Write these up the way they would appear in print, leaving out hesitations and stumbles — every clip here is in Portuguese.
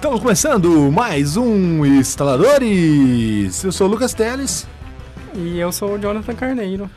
Estamos começando mais um Instaladores. Eu sou o Lucas Teles. E eu sou o Jonathan Carneiro.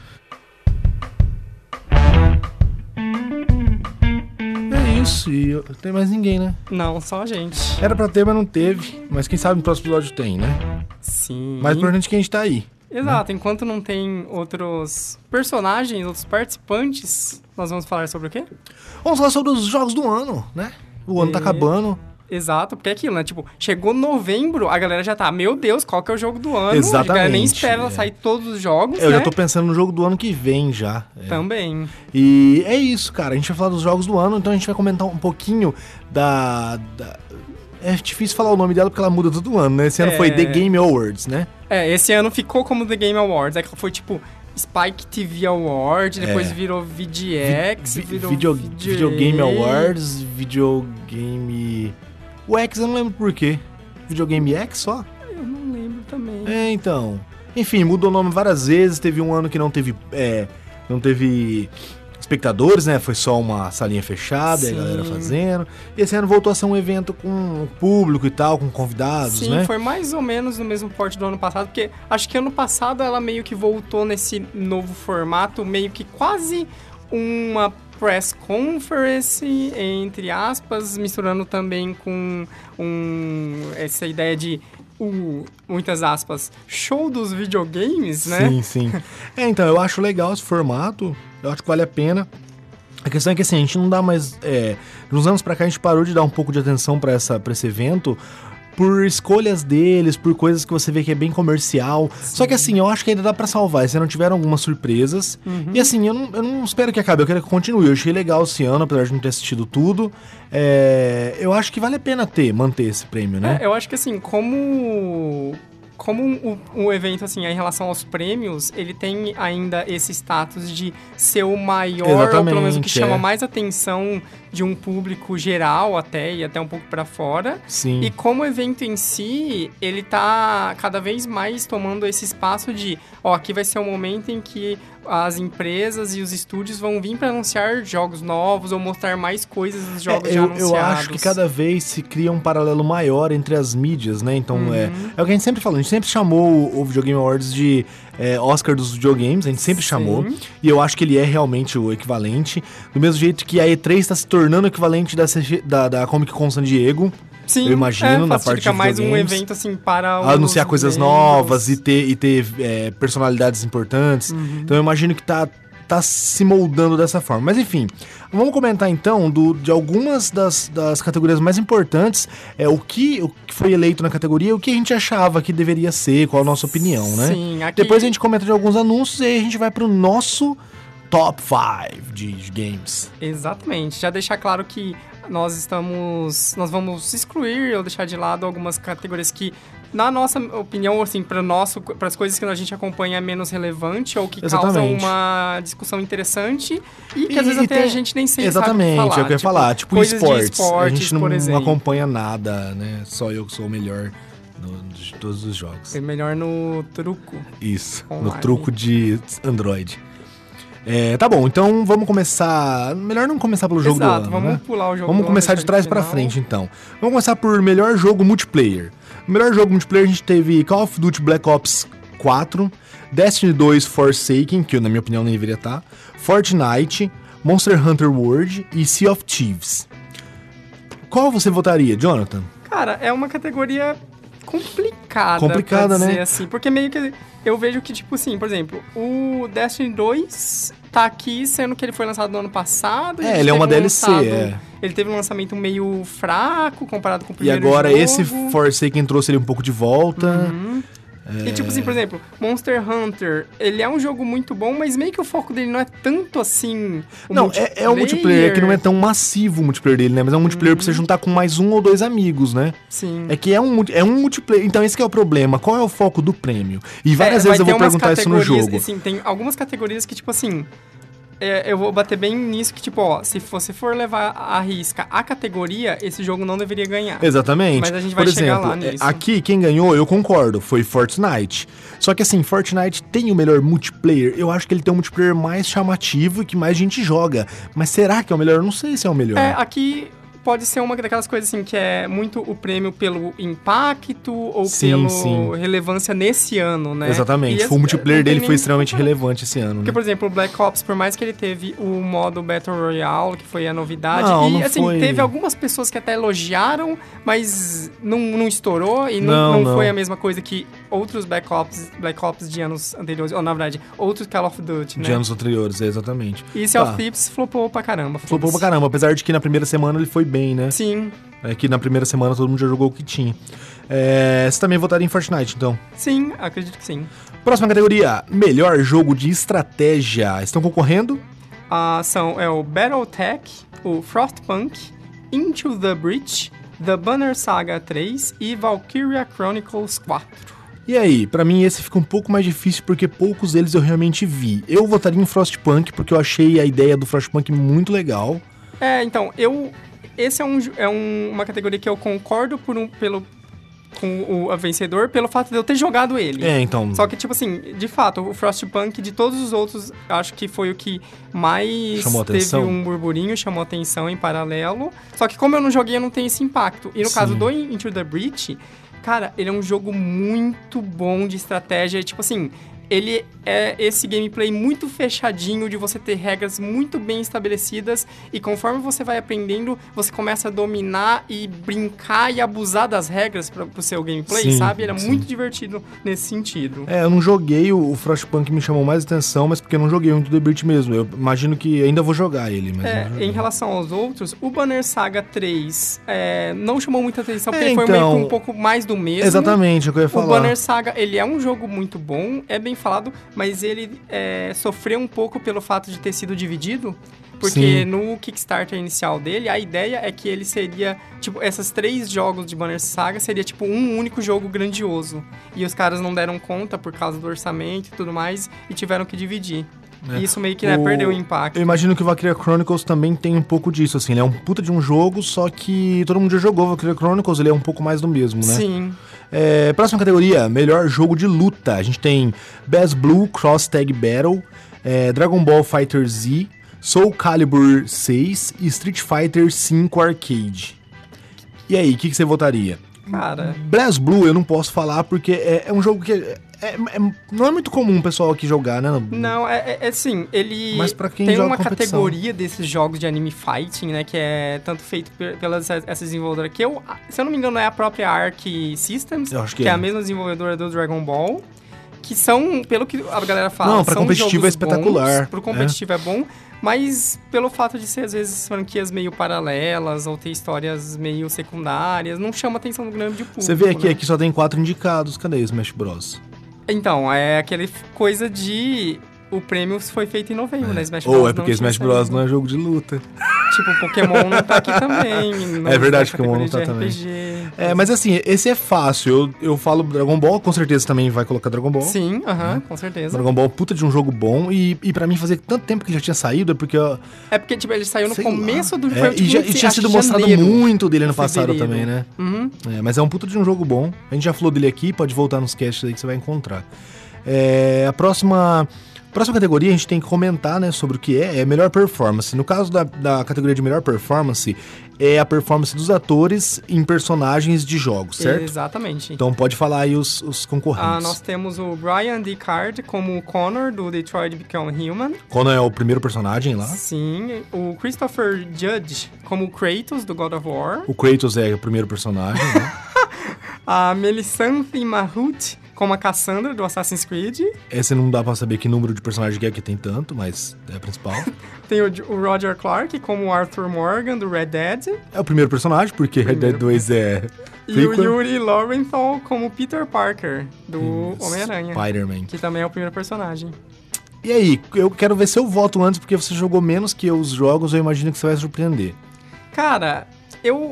É isso, e não tem mais ninguém, né? Não, só a gente. Era pra ter, mas não teve. Mas quem sabe no próximo episódio tem, né? Sim. Mais importante é que a gente tá aí. Exato, enquanto não tem outros personagens, outros participantes, nós vamos falar sobre o quê? Vamos falar sobre os jogos do ano, né? O ano tá acabando. Exato, porque é aquilo, né? Tipo, chegou novembro, a galera já tá, meu Deus, qual que é o jogo do ano? Exatamente. A galera nem espera sair todos os jogos, Eu né? já tô pensando no jogo do ano que vem já. Também. E é isso, cara. A gente vai falar dos jogos do ano, então a gente vai comentar um pouquinho da... É difícil falar o nome dela porque ela muda todo ano, né? Esse ano foi The Game Awards, né? Esse ano ficou como The Game Awards. É que foi tipo Spike TV Award, depois virou VGX, virou Videogame Awards, Videogame... O X eu não lembro por quê. Videogame X só? Eu não lembro também. Então. Enfim, mudou o nome várias vezes. Teve um ano que não teve espectadores, né? Foi só uma salinha fechada, e a galera fazendo. E esse ano voltou a ser um evento com público e tal, com convidados, né? Sim, foi mais ou menos no mesmo porte do ano passado, porque acho que ano passado ela meio que voltou nesse novo formato, meio que quase uma press conference, entre aspas, misturando também com essa ideia de, muitas aspas, show dos videogames, né? Sim, sim. Então, eu acho legal esse formato, eu acho que vale a pena. A questão é que assim, a gente não dá mais... nos anos pra cá a gente parou de dar um pouco de atenção pra esse evento, por escolhas deles, por coisas que você vê que é bem comercial. Sim. Só que assim, eu acho que ainda dá pra salvar, se não tiveram algumas surpresas. E assim, eu não espero que acabe, eu quero que continue. Eu achei legal esse ano, apesar de não ter assistido tudo. Eu acho que vale a pena manter esse prêmio, né? Eu acho que assim, como o evento, assim, em relação aos prêmios, ele tem ainda esse status de ser o maior, exatamente, ou pelo menos o que chama mais atenção de um público geral e até um pouco pra fora. Sim. E como o evento em si, ele tá cada vez mais tomando esse espaço de, aqui vai ser o momento em que as empresas e os estúdios vão vir para anunciar jogos novos ou mostrar mais coisas dos jogos já anunciados. Eu acho que cada vez se cria um paralelo maior entre as mídias, né? Então, é o que a gente sempre falou. A gente sempre chamou o Videogame Awards de Oscar dos videogames, a gente sempre chamou. E eu acho que ele é realmente o equivalente. Do mesmo jeito que a E3 está se tornando o equivalente da Comic Con San Diego. Sim, eu imagino, na parte de mais um evento, assim, para anunciar coisas novas e ter personalidades importantes. Então eu imagino que tá se moldando dessa forma. Mas enfim, vamos comentar então de algumas das categorias mais importantes, o que foi eleito na categoria, o que a gente achava que deveria ser, qual a nossa opinião, né? Sim, aqui... Depois a gente comenta de alguns anúncios e aí a gente vai pro nosso top 5 de games. Exatamente. Já deixar claro que nós vamos excluir ou deixar de lado algumas categorias que, na nossa opinião, assim, para as coisas que a gente acompanha é menos relevante ou que causam uma discussão interessante e que às vezes até a gente nem sempre sabe o que falar. Exatamente, é o que eu ia falar. Tipo esportes, a gente não exemplo. Acompanha nada, né? Só eu que sou o melhor de todos os jogos. É melhor no truco. Isso, online. No truco de Android. Tá bom, então vamos começar... Melhor não começar pelo jogo do ano, vamos pular o jogo Vamos começar de trás pra frente, então. Vamos começar por melhor jogo multiplayer. No melhor jogo multiplayer a gente teve Call of Duty Black Ops 4, Destiny 2 Forsaken, que na minha opinião nem deveria estar, Fortnite, Monster Hunter World e Sea of Thieves. Qual você votaria, Jonathan? Cara, é uma categoria complicada pra dizer, né? Assim, porque meio que eu vejo que, tipo assim, por exemplo, o Destiny 2 tá aqui, sendo que ele foi lançado no ano passado. Ele é uma DLC, Ele teve um lançamento meio fraco comparado com o primeiro jogo. E agora jogo. esse Forsaken trouxe ele um pouco de volta. E tipo assim, por exemplo, Monster Hunter, ele é um jogo muito bom, mas meio que o foco dele não é tanto assim... É um multiplayer que não é tão massivo o multiplayer dele, né? Mas é um multiplayer pra você juntar com mais um ou dois amigos, né? Sim. É que é um multiplayer. Então esse que é o problema. Qual é o foco do prêmio? E várias vezes eu vou perguntar isso no jogo. Assim, tem algumas categorias que, tipo assim... eu vou bater bem nisso que, tipo, se você for levar à risca a categoria, esse jogo não deveria ganhar. Exatamente. Mas a gente vai chegar lá nisso. Aqui, quem ganhou, eu concordo, foi Fortnite. Só que assim, Fortnite tem o melhor multiplayer. Eu acho que ele tem um multiplayer mais chamativo e que mais gente joga. Mas será que é o melhor? Eu não sei se é o melhor. Aqui... pode ser uma daquelas coisas assim que é muito o prêmio pelo impacto ou Sim, sim. relevância nesse ano, né? Exatamente. E O multiplayer não tem dele foi nem- extremamente relevante esse ano, Porque, né? por exemplo, o Black Ops, por mais que ele teve o modo Battle Royale, que foi a novidade, Não, e não assim, foi- teve algumas pessoas que até elogiaram, mas não estourou e Não, não foi não. a mesma coisa que outros Black Ops de anos anteriores, ou na verdade, outros Call of Duty, né? De anos anteriores, exatamente. E Sea of Tá. Thieves flopou pra caramba. Flopou pra caramba, apesar de que na primeira semana ele foi bem, né? Sim, É que na primeira semana todo mundo já jogou o que tinha. Você também votaria em Fortnite, então. sim, acredito que sim. Próxima categoria, melhor jogo de estratégia. Estão concorrendo? São o Battletech, o Frostpunk, Into the Breach, The Banner Saga 3 e Valkyria Chronicles 4. E aí, pra mim esse fica um pouco mais difícil porque poucos deles eu realmente vi. Eu votaria em Frostpunk porque eu achei a ideia do Frostpunk muito legal. Então, esse uma categoria que eu concordo com o vencedor pelo fato de eu ter jogado ele. Então... Só que, tipo assim, de fato, o Frostpunk, de todos os outros, acho que foi o que mais Chamou teve atenção? um burburinho, chamou atenção em paralelo. Só que como eu não joguei, eu não tenho esse impacto. E no Sim. caso do Into the Breach, cara, ele é um jogo muito bom de estratégia. Tipo assim, ele é esse gameplay muito fechadinho, de você ter regras muito bem estabelecidas, e conforme você vai aprendendo, você começa a dominar e brincar e abusar das regras pro seu gameplay, Sim, sabe? Ele é sim. muito divertido nesse sentido. Eu não joguei, o Frostpunk me chamou mais atenção, mas porque eu não joguei o Into the Breach mesmo. Eu imagino que ainda vou jogar ele, mas... eu não joguei. Em relação aos outros, o Banner Saga 3 não chamou muita atenção, porque foi então, meio que um pouco mais do mesmo. Exatamente, é o que eu ia O falar. Banner Saga, ele é um jogo muito bom, é bem falado, mas ele sofreu um pouco pelo fato de ter sido dividido, porque Sim. no Kickstarter inicial dele, a ideia é que ele seria, tipo, esses 3 jogos de Banner Saga seria, tipo, um único jogo grandioso. E os caras não deram conta por causa do orçamento e tudo mais, e tiveram que dividir. E isso meio que, perdeu o impacto. Eu imagino que o Valkyria Chronicles também tem um pouco disso, assim. Ele é um puta de um jogo, só que todo mundo já jogou o Valkyria Chronicles, ele é um pouco mais do mesmo, né? Sim. Próxima categoria, melhor jogo de luta. A gente tem Bass Blue Cross Tag Battle, Dragon Ball Fighter Z, Soul Calibur 6 e Street Fighter V Arcade. E aí, o que você votaria? Cara... Blaze Blue eu não posso falar porque é um jogo que não é muito comum o pessoal aqui jogar, né? Não, assim, ele Mas pra quem tem joga uma competição. categoria desses jogos de anime fighting, né, que é tanto feito pelas essa desenvolvedora que se eu não me engano, é a própria Arc Systems, Eu acho que é é. a mesma desenvolvedora do Dragon Ball, que são, pelo que a galera fala, Não, pra são competitivo jogos é espetacular, bons, pro competitivo é bom, mas pelo fato de ser, às vezes, franquias meio paralelas ou ter histórias meio secundárias, não chama atenção do grande público. Você vê aqui, né? aqui só tem 4 indicados. Cadê Smash Bros? Então, é aquela coisa de... O prêmio foi feito em novembro, né? Smash Ou Bros. é porque não tinha Smash Bros saído. não é jogo de luta. Tipo, Pokémon não tá aqui também. Não, É verdade, na Pokémon não categoria tá de também. RPG. Mas assim, esse é fácil. Eu falo Dragon Ball, com certeza também vai colocar Dragon Ball. Sim, com certeza. Dragon Ball, puta de um jogo bom. E pra mim fazer tanto tempo que ele já tinha saído, é porque... É porque, tipo, ele saiu no sei começo lá. do... Foi, tipo, e tinha acho sido que mostrado janeiro, muito dele no passado fevereiro. também, né? Uhum. Mas é um puta de um jogo bom. A gente já falou dele aqui, pode voltar nos casts aí que você vai encontrar. A próxima categoria a gente tem que comentar, né, sobre o que é melhor performance. No caso da categoria de melhor performance, é a performance dos atores em personagens de jogos, certo? Exatamente. Então pode falar aí os concorrentes. Nós temos o Brian Deckard como o Connor, do Detroit Become Human. Connor é o primeiro personagem lá. Sim. O Christopher Judge como o Kratos, do God of War. O Kratos é o primeiro personagem, né? A Melisandre Mahut como a Cassandra, do Assassin's Creed. Esse não dá pra saber que número de personagem que é, que tem tanto, mas é a principal. Tem o Roger Clark como o Arthur Morgan, do Red Dead. É o primeiro personagem, porque Red Dead 2 é... E o prequel. Yuri Lowenthal como Peter Parker, do Homem-Aranha. Spider-Man. Que também é o primeiro personagem. E aí, eu quero ver seu voto antes, porque você jogou menos que os jogos, eu imagino que você vai surpreender. Cara, eu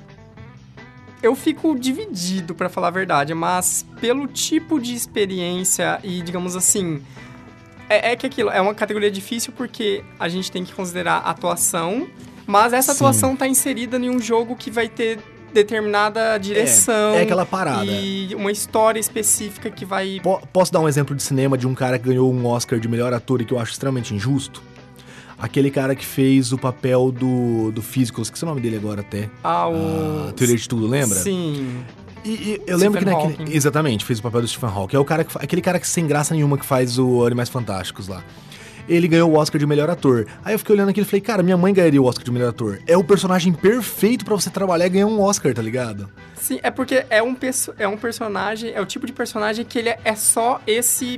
fico dividido, pra falar a verdade, mas pelo tipo de experiência e, digamos assim... É que aquilo, é uma categoria difícil porque a gente tem que considerar a atuação, mas essa Sim. atuação tá inserida em um jogo que vai ter determinada direção. É aquela parada. E uma história específica que vai... Posso dar um exemplo de cinema de um cara que ganhou um Oscar de melhor ator e que eu acho extremamente injusto? aquele cara que fez o papel do físico, esqueci o nome dele agora até. Teoria de Tudo, lembra? Sim. E eu lembro que naquele... Hawking. Exatamente, fez o papel do Stephen Hawking. É o cara aquele cara que sem graça nenhuma que faz o Animais Fantásticos lá. Ele ganhou o Oscar de melhor ator. Aí eu fiquei olhando aquilo e falei, cara, minha mãe ganharia o Oscar de melhor ator. É o personagem perfeito pra você trabalhar e ganhar um Oscar, tá ligado? Sim, é porque é um personagem, é o tipo de personagem que ele é só esse...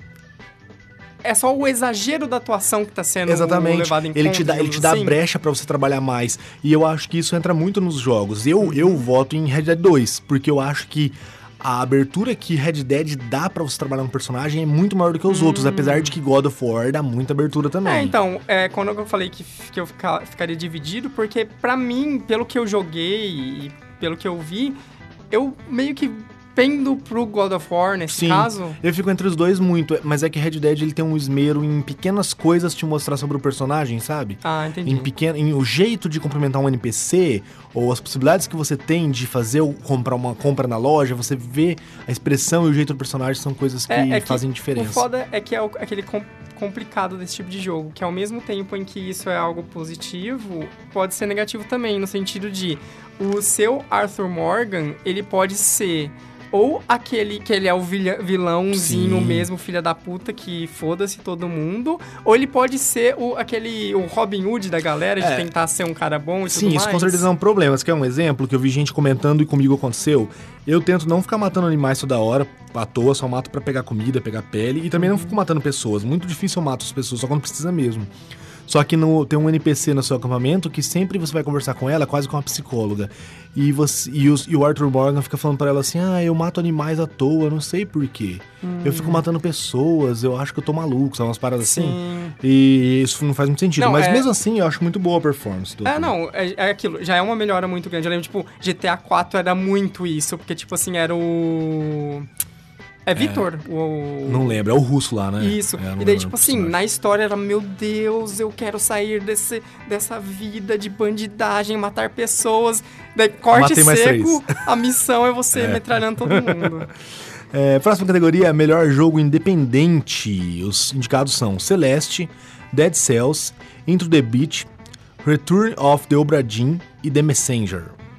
É só o exagero da atuação que tá sendo levado em conta. Ele te dá brecha pra você trabalhar mais. E eu acho que isso entra muito nos jogos. Eu voto em Red Dead 2, porque eu acho que a abertura que Red Dead dá pra você trabalhar no personagem é muito maior do que os outros, apesar de que God of War dá muita abertura também. Então, quando eu falei que eu ficaria dividido, porque pra mim, pelo que eu joguei e pelo que eu vi, eu meio que pendo pro God of War nesse caso. Eu fico entre os dois muito, mas é que Red Dead ele tem um esmero em pequenas coisas te mostrar sobre o personagem, sabe? Ah, entendi. Em o jeito de cumprimentar um NPC, ou as possibilidades que você tem de fazer comprar uma compra na loja, você vê a expressão e o jeito do personagem são coisas que fazem diferença. O foda é que é aquele complicado desse tipo de jogo, que ao mesmo tempo em que isso é algo positivo, pode ser negativo também, no sentido de o seu Arthur Morgan, ele pode ser ou aquele que ele é o vilãozinho mesmo, filha da puta, que foda-se todo mundo, ou ele pode ser o Robin Hood da galera, de tentar ser um cara bom e tudo mais. Sim, isso com certeza é um problema. Você quer um exemplo que eu vi gente comentando e comigo aconteceu? Eu tento não ficar matando animais toda hora, à toa, só mato pra pegar comida, pegar pele, e também não fico matando pessoas. Muito difícil eu mato as pessoas, só quando precisa mesmo. Só que tem um NPC no seu acampamento que sempre você vai conversar com ela, quase como uma psicóloga. E o Arthur Morgan fica falando pra ela assim, eu mato animais à toa, não sei porquê. Eu fico matando pessoas, eu acho que eu tô maluco, são umas paradas assim. E isso não faz muito sentido. Mas mesmo assim, eu acho muito boa a performance. É aquilo, já é uma melhora muito grande. Eu lembro, tipo, GTA 4 era muito isso, porque, tipo assim, era o... Victor. Não lembro, é o russo lá, né? Isso. E daí, tipo assim, na história era, meu Deus, eu quero sair dessa vida de bandidagem, matar pessoas. Daí, corte seco, a missão é você metralhando todo mundo. Próxima categoria, melhor jogo independente. Os indicados são Celeste, Dead Cells, Into the Beach, Return of the Obra Dinn e The Messenger.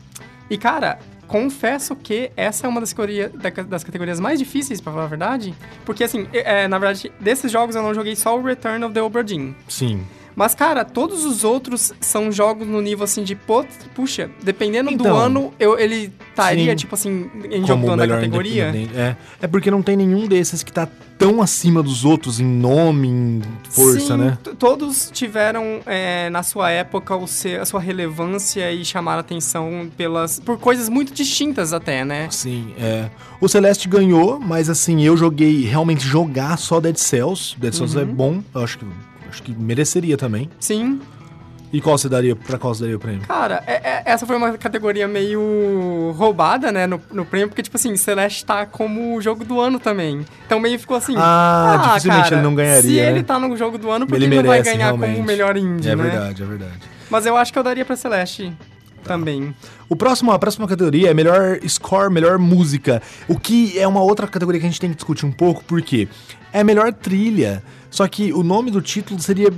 E, cara... Confesso que essa é uma das categorias mais difíceis, pra falar a verdade. Porque, assim, na verdade, desses jogos eu não joguei só o Return of the Obra Dinn. Sim. Mas, cara, todos os outros são jogos no nível, assim, de... Puxa, dependendo do ano, ele estaria, tipo assim, em jogo do ano da categoria. É porque não tem nenhum desses que tá tão acima dos outros em nome, em força, né? Todos tiveram, na sua época, a sua relevância e chamaram atenção por coisas muito distintas até, né? Sim, O Celeste ganhou, mas assim, eu realmente jogar só Dead Cells. Dead Cells é bom, eu acho que mereceria também. Sim. E qual você daria o prêmio? Cara, essa foi uma categoria meio roubada, né, no prêmio, porque, tipo assim, Celeste tá como o jogo do ano também. Então meio ficou assim... dificilmente cara, ele não ganharia. Se ele tá no jogo do ano, por que ele não vai merece, ganhar realmente. como o melhor indie, né? É verdade. Mas eu acho que eu daria pra Celeste também. A próxima categoria é melhor score, melhor música. O que é uma outra categoria que a gente tem que discutir um pouco, porque é melhor trilha. Só que o nome do título seria...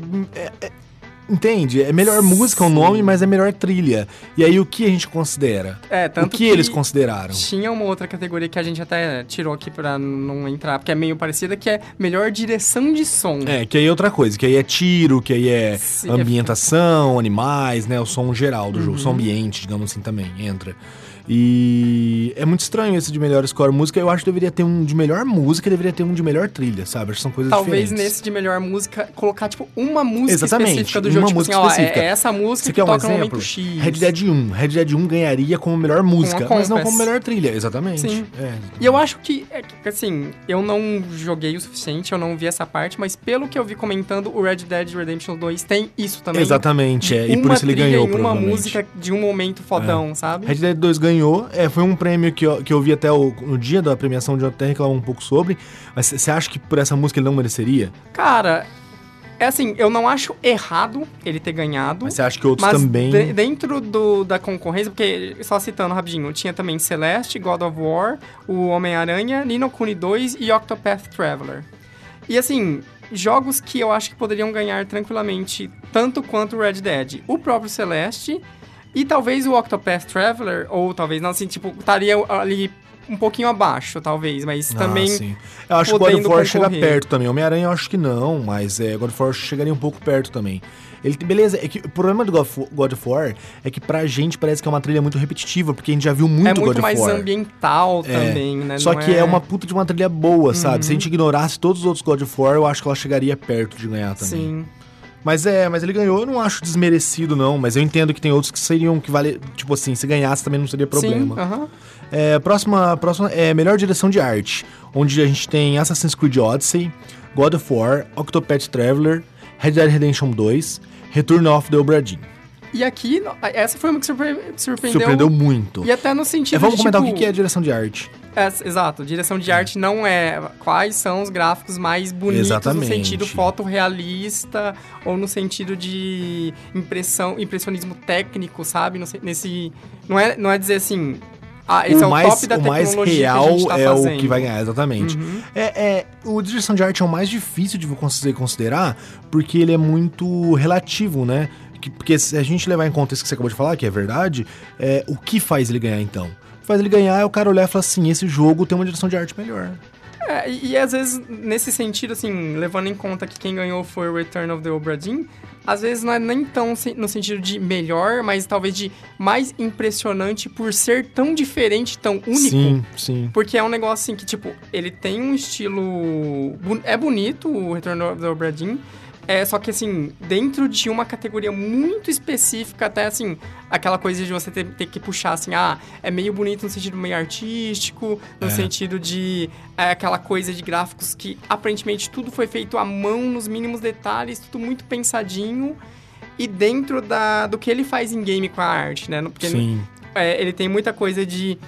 Entende? É melhor música o nome, mas é melhor trilha. E aí o que a gente considera? Tanto o que eles consideraram? Tinha uma outra categoria que a gente até tirou aqui pra não entrar, porque é meio parecida, que é melhor direção de som. Que aí é outra coisa, que aí é tiro, que aí é ambientação, animais, né? O som geral do jogo, o som ambiente, digamos assim, também entra. E é muito estranho esse de melhor score música. Eu acho que deveria ter um de melhor música e deveria ter um de melhor trilha, sabe? Acho que são coisas diferentes. Talvez nesse de melhor música, colocar, tipo, uma música específica do jogo. Uma música específica. Essa música que toca no momento X. Red Dead 1 ganharia como melhor música, mas não como melhor trilha. Exatamente. Sim. E eu acho que, assim, eu não joguei o suficiente, eu não vi essa parte, mas pelo que eu vi comentando, o Red Dead Redemption 2 tem isso também. Exatamente, e por isso ele ganhou, uma música de um momento fodão, sabe? Red Dead 2 ganhou. Foi um prêmio que eu vi até no dia da premiação, de eu até reclamar um pouco sobre. Mas você acha que por essa música ele não mereceria? Cara, assim, eu não acho errado ele ter ganhado. Mas você acha que outros também... Dentro da concorrência, porque, só citando rapidinho, tinha também Celeste, God of War, o Homem-Aranha, Ni no Kuni 2 e Octopath Traveler. E assim... jogos que eu acho que poderiam ganhar tranquilamente, tanto quanto o Red Dead. O próprio Celeste e talvez o Octopath Traveler, ou talvez não, assim, tipo, estaria ali um pouquinho abaixo, talvez, mas também Sim. Eu acho que o God of War chega perto também. Homem-Aranha eu acho que não, mas God of War chegaria um pouco perto também. Beleza, é que o problema do God of War é que pra gente parece que é uma trilha muito repetitiva, porque a gente já viu muito God of War. É muito mais ambiental também, né? Só que é uma puta de uma trilha boa, sabe? Se a gente ignorasse todos os outros God of War, eu acho que ela chegaria perto de ganhar também. Sim. Mas ele ganhou, eu não acho desmerecido, não. Mas eu entendo que tem outros que seriam, que vale... Tipo assim, se ganhasse também não seria problema. Sim, próxima é melhor direção de arte, onde a gente tem Assassin's Creed Odyssey, God of War, Octopath Traveler, Red Dead Redemption 2, Return of the Obra Dinn. E aqui, essa foi uma que surpreendeu. Surpreendeu muito. E até no sentido vamos de, comentar tipo, o que é direção de arte. Exato, direção de arte não é quais são os gráficos mais bonitos. Exatamente. No sentido fotorrealista ou no sentido de impressionismo técnico, sabe? Não é dizer assim, esse é o top da tecnologia o mais real que a gente tá fazendo. O que vai ganhar, exatamente. O direção de arte é o mais difícil de você considerar, porque ele é muito relativo, né? Porque se a gente levar em conta isso que você acabou de falar, que é verdade, o que faz ele ganhar, então? O que faz ele ganhar é o cara olhar e falar assim, esse jogo tem uma direção de arte melhor. E às vezes, nesse sentido, assim, levando em conta que quem ganhou foi o Return of the Obra Dinn, às vezes não é nem tão no sentido de melhor, mas talvez de mais impressionante por ser tão diferente, tão único. Sim. Porque é um negócio assim que, tipo, ele tem um estilo... É bonito, o Return of the Obra Dinn, só que, assim, dentro de uma categoria muito específica, até, assim, aquela coisa de você ter que puxar, assim, é meio bonito no sentido meio artístico, no sentido de aquela coisa de gráficos que, aparentemente, tudo foi feito à mão, nos mínimos detalhes, tudo muito pensadinho, e dentro do que ele faz em game com a arte, né? Porque Sim. Ele tem muita coisa de...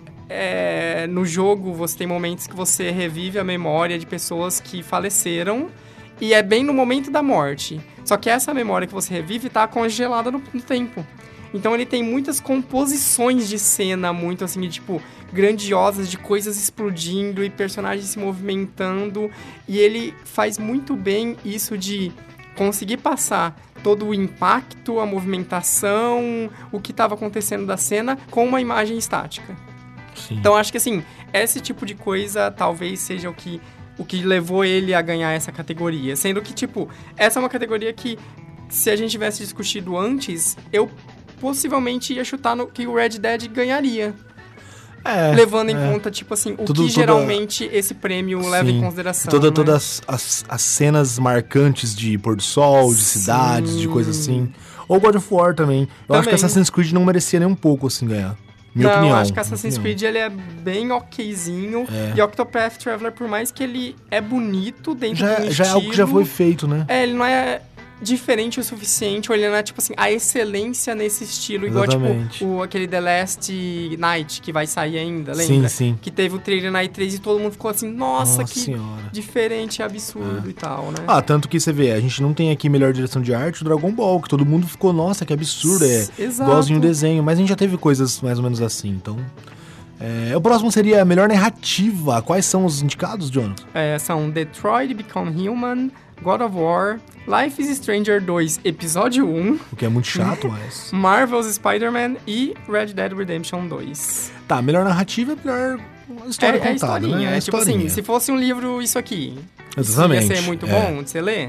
no jogo, você tem momentos que você revive a memória de pessoas que faleceram, e é bem no momento da morte. Só que essa memória que você revive tá congelada no tempo. Então ele tem muitas composições de cena muito assim, tipo, grandiosas, de coisas explodindo e personagens se movimentando. E ele faz muito bem isso de conseguir passar todo o impacto, a movimentação, o que estava acontecendo da cena com uma imagem estática. Sim. Então acho que assim, esse tipo de coisa talvez seja o que levou ele a ganhar essa categoria. Sendo que, tipo, essa é uma categoria que, se a gente tivesse discutido antes, eu possivelmente ia chutar que o Red Dead ganharia. Levando em conta, tipo assim, geralmente esse prêmio leva em consideração. Todas as cenas marcantes de pôr do sol, de cidades, de coisas assim. Ou God of War também. Eu acho que Assassin's Creed não merecia nem um pouco, assim, ganhar. Minha opinião. Eu acho que Assassin's Creed ele é bem okzinho. E Octopath Traveler, por mais que ele é bonito dentro do estilo... Já é algo que já foi feito, né? Ele não é diferente o suficiente, ou ele não é, tipo assim, a excelência nesse estilo. Igual, tipo, aquele The Last Night, que vai sair ainda, lembra? Sim. Que teve o trailer na E3 e todo mundo ficou assim, nossa que senhora. Diferente, absurdo e tal, né? Tanto que você vê, a gente não tem aqui melhor direção de arte, o Dragon Ball, que todo mundo ficou, nossa, que absurdo, igualzinho o desenho. Mas a gente já teve coisas mais ou menos assim, então... o próximo seria a melhor narrativa. Quais são os indicados, Jonathan? São Detroit Become Human, God of War, Life is Stranger 2, Episódio 1. O que é muito chato, mas... Marvel's Spider-Man e Red Dead Redemption 2. Tá, melhor narrativa, melhor história contada, né? Tipo assim, se fosse um livro, isso aqui. Exatamente. Ia ser muito bom de você ler?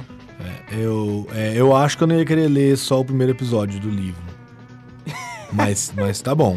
Eu acho que eu não ia querer ler só o primeiro episódio do livro. Mas tá bom,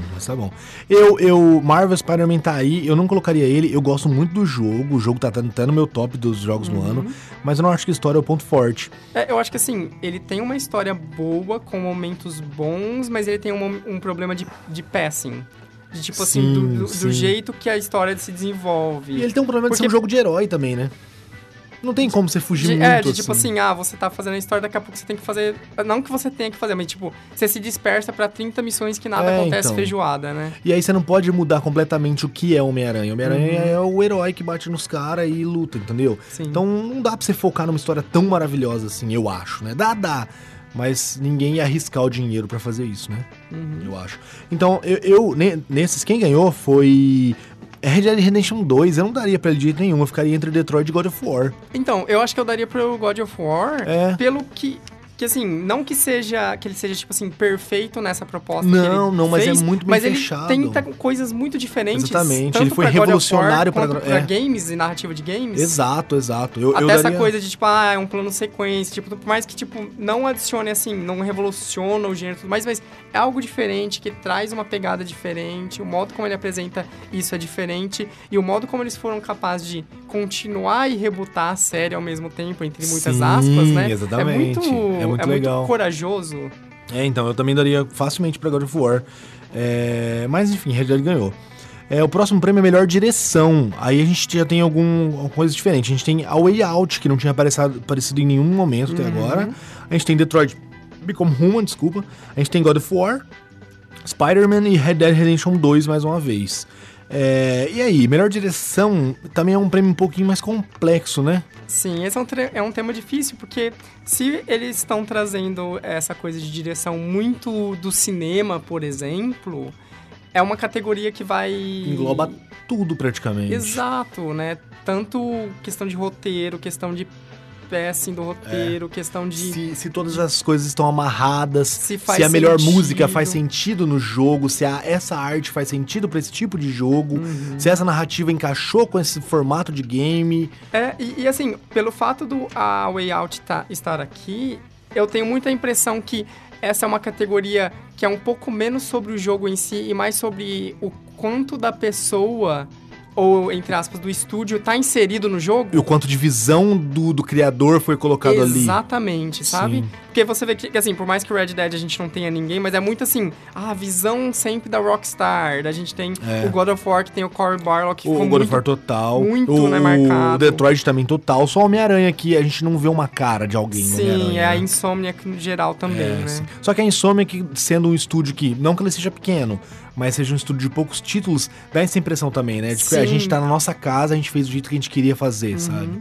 Marvel Spider-Man tá aí, eu não colocaria ele, eu gosto muito do jogo, o jogo tá no meu top dos jogos do ano, mas eu não acho que a história é o ponto forte. Eu acho que assim, ele tem uma história boa, com momentos bons, mas ele tem um problema de passing. De tipo assim, do jeito que a história se desenvolve. E ele tem um problema de ser um jogo de herói também, né? Não tem como você fugir muito, tipo assim, você tá fazendo a história, daqui a pouco você tem que fazer... Não que você tenha que fazer, mas tipo, você se dispersa pra 30 missões que nada acontece feijoada, né? E aí você não pode mudar completamente o que é Homem-Aranha. Homem-Aranha é o herói que bate nos caras e luta, entendeu? Sim. Então não dá pra você focar numa história tão maravilhosa assim, eu acho, né? Dá. Mas ninguém ia arriscar o dinheiro pra fazer isso, né? Eu acho. Então, nesses, quem ganhou foi... Red Dead Redemption 2, eu não daria pra ele de jeito nenhum. Eu ficaria entre Detroit e God of War. Então, eu acho que eu daria pro God of War, É. pelo que assim, não que ele seja, tipo assim, perfeito nessa proposta Não, mas é muito bem mas fechado. ele tenta coisas muito diferentes. Exatamente, tanto ele foi pra God of revolucionário War, pra pra games e narrativa de games. Exato. Eu Até daria... essa coisa de, tipo, é um plano sequência, tipo, por mais que, tipo, não adicione, assim, não revoluciona o gênero e tudo mais, mas é algo diferente, que traz uma pegada diferente, o modo como ele apresenta isso é diferente, e o modo como eles foram capazes de continuar e rebutar a série ao mesmo tempo, entre muitas aspas, né? Exatamente. É muito legal. Muito corajoso. Então, eu também daria facilmente pra God of War. Mas, enfim, Red Dead ganhou. O próximo prêmio é melhor direção. Aí a gente já tem alguma coisa diferente. A gente tem A Way Out, que não tinha aparecido em nenhum momento até agora. A gente tem Detroit Become Human, desculpa. A gente tem God of War, Spider-Man e Red Dead Redemption 2 mais uma vez. E aí, melhor direção também é um prêmio um pouquinho mais complexo, né? Sim, esse é um tema difícil, porque se eles estão trazendo essa coisa de direção muito do cinema, por exemplo, é uma categoria que vai... Engloba tudo praticamente. Exato, né? Tanto questão de roteiro, questão de peça do roteiro, questão de... Se todas as coisas estão amarradas, se a melhor sentido. música faz sentido no jogo, se essa arte faz sentido pra esse tipo de jogo, se essa narrativa encaixou com esse formato de game. E assim, pelo fato do A Way Out estar aqui, eu tenho muita impressão que essa é uma categoria que é um pouco menos sobre o jogo em si e mais sobre o quanto da pessoa... ou, entre aspas, do estúdio, tá inserido no jogo. E o quanto de visão do criador foi colocado ali. Exatamente, sabe? Sim. Porque você vê que, assim, por mais que o Red Dead a gente não tenha ninguém, mas é muito assim, a visão sempre da Rockstar. A gente tem o God of War, que tem o Cory Barlog, que ficou God of War total. muito, né, marcado. O Detroit também total. Só o Homem-Aranha aqui, a gente não vê uma cara de alguém no Homem-Aranha. Sim, a Insomniac no geral também, né? Sim. Só que a Insomniac, sendo um estúdio que, não que ele seja pequeno, mas seja um estúdio de poucos títulos, dá essa impressão também, né? Tipo, a gente tá na nossa casa, a gente fez do jeito que a gente queria fazer, sabe?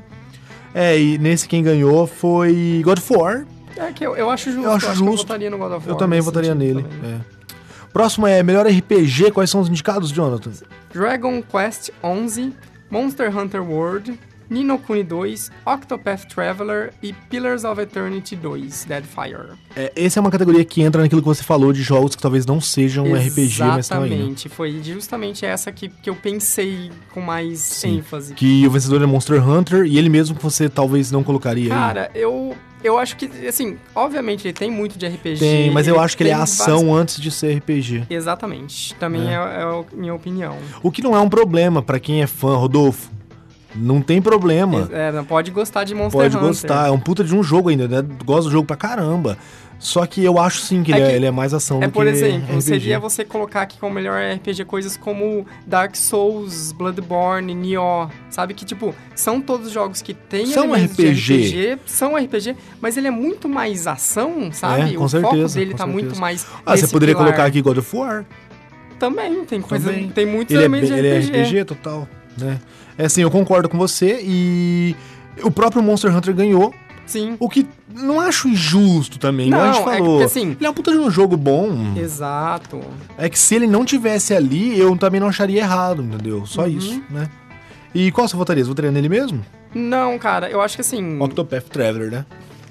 E nesse quem ganhou foi God of War. Que eu acho justo. Eu acho justo. Que eu votaria no God of War. Eu também votaria nele. Próximo é melhor RPG. Quais são os indicados, Jonathan? Dragon Quest XI, Monster Hunter World, Ni no Kuni 2, Octopath Traveler e Pillars of Eternity 2, Deadfire. Essa é uma categoria que entra naquilo que você falou de jogos que talvez não sejam RPG, mas estão aí. Exatamente, foi justamente essa que eu pensei com mais ênfase. Que o vencedor é Monster Hunter e ele mesmo que você talvez não colocaria Cara, eu acho que, assim, obviamente ele tem muito de RPG. Tem, mas eu acho que ele é ação antes de ser RPG. Exatamente, também é a minha opinião. O que não é um problema pra quem é fã, Rodolfo. Não tem problema. Não pode gostar de Monster Hunter. Pode gostar, é um puta de um jogo ainda, né? Gosto do jogo pra caramba. Só que eu acho sim que ele é mais ação do que por exemplo, RPG. seria você colocar aqui como melhor RPG coisas como Dark Souls, Bloodborne, Nioh, sabe? Que, tipo, são todos jogos que têm elementos de RPG, são RPG, mas ele é muito mais ação, sabe? Com o certeza, foco dele tá muito mais você poderia colocar aqui God of War. Também, tem coisa, tem muitos elementos de RPG. Ele é RPG total, né? Assim, eu concordo com você e o próprio Monster Hunter ganhou. Sim. O que não acho injusto também, não, a gente falou. Que, assim, ele é um puta de um jogo bom. Exato. É que se ele não tivesse ali, eu também não acharia errado, entendeu? Só isso, né? E qual você votaria? Você votaria nele mesmo? Não, cara, eu acho que assim... Octopath Traveler, né?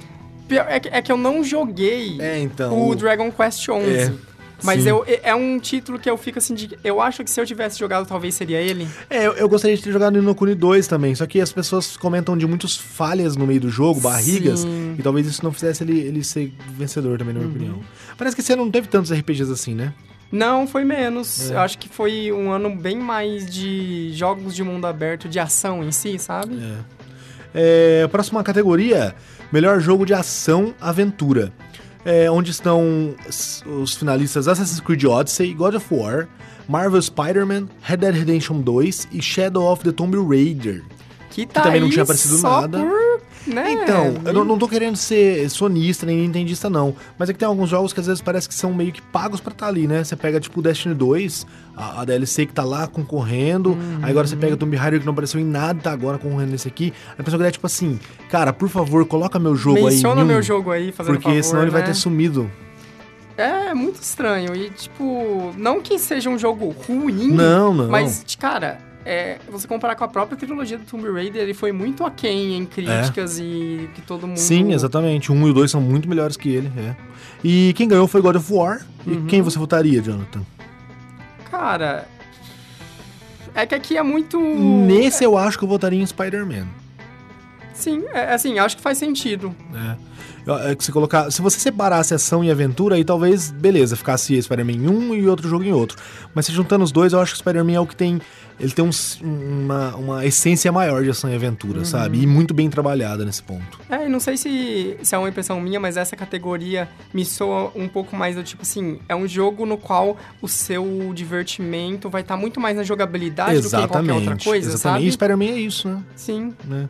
É que eu não joguei o Dragon Quest XI. Mas é um título que eu fico assim de... Eu acho que se eu tivesse jogado, talvez seria ele. Eu gostaria de ter jogado no Kuni 2 também. Só que as pessoas comentam de muitas falhas no meio do jogo, barrigas. Sim. E talvez isso não fizesse ele ser vencedor também, na minha opinião. Parece que esse ano não teve tantos RPGs assim, né? Não, foi menos. Eu acho que foi um ano bem mais de jogos de mundo aberto, de ação em si, sabe? Próxima categoria, melhor jogo de ação aventura. Onde estão os finalistas Assassin's Creed Odyssey, God of War, Marvel Spider-Man, Red Dead Redemption 2 e Shadow of the Tomb Raider. Que também não tinha aparecido nada. Né? Então, eu não tô querendo ser sonista nem nintendista, não. Mas é que tem alguns jogos que às vezes parece que são meio que pagos pra estar ali, né? Você pega, tipo, Destiny 2, a DLC que tá lá concorrendo. Aí agora você pega Tomb Raider que não apareceu em nada, tá agora concorrendo nesse aqui. A pessoa que é tipo assim, cara, por favor, coloca meu jogo Menciona meu jogo aí, fazendo porque favor, senão ele vai né? ter sumido. É muito estranho. E, tipo, não que seja um jogo ruim. Não. Mas, cara... você comparar com a própria trilogia do Tomb Raider, ele foi muito aquém em críticas e que todo mundo... Sim, exatamente. O 1 e o 2 são muito melhores que ele, E quem ganhou foi God of War. E quem você votaria, Jonathan? Cara... É que aqui é muito... Nesse eu acho que eu votaria em Spider-Man. Sim, assim, acho que faz sentido. É que você colocar... Se você separasse ação e aventura, aí talvez, beleza, ficasse Spider-Man em um e outro jogo em outro. Mas se juntando os dois, eu acho que o Spider-Man é o que tem... Ele tem uma essência maior de ação e aventura, sabe? E muito bem trabalhada nesse ponto. E não sei se é uma impressão minha, mas essa categoria me soa um pouco mais do tipo assim... É um jogo no qual o seu divertimento vai estar muito mais na jogabilidade do que em qualquer outra coisa, sabe? E Spider-Man é isso, né? Sim.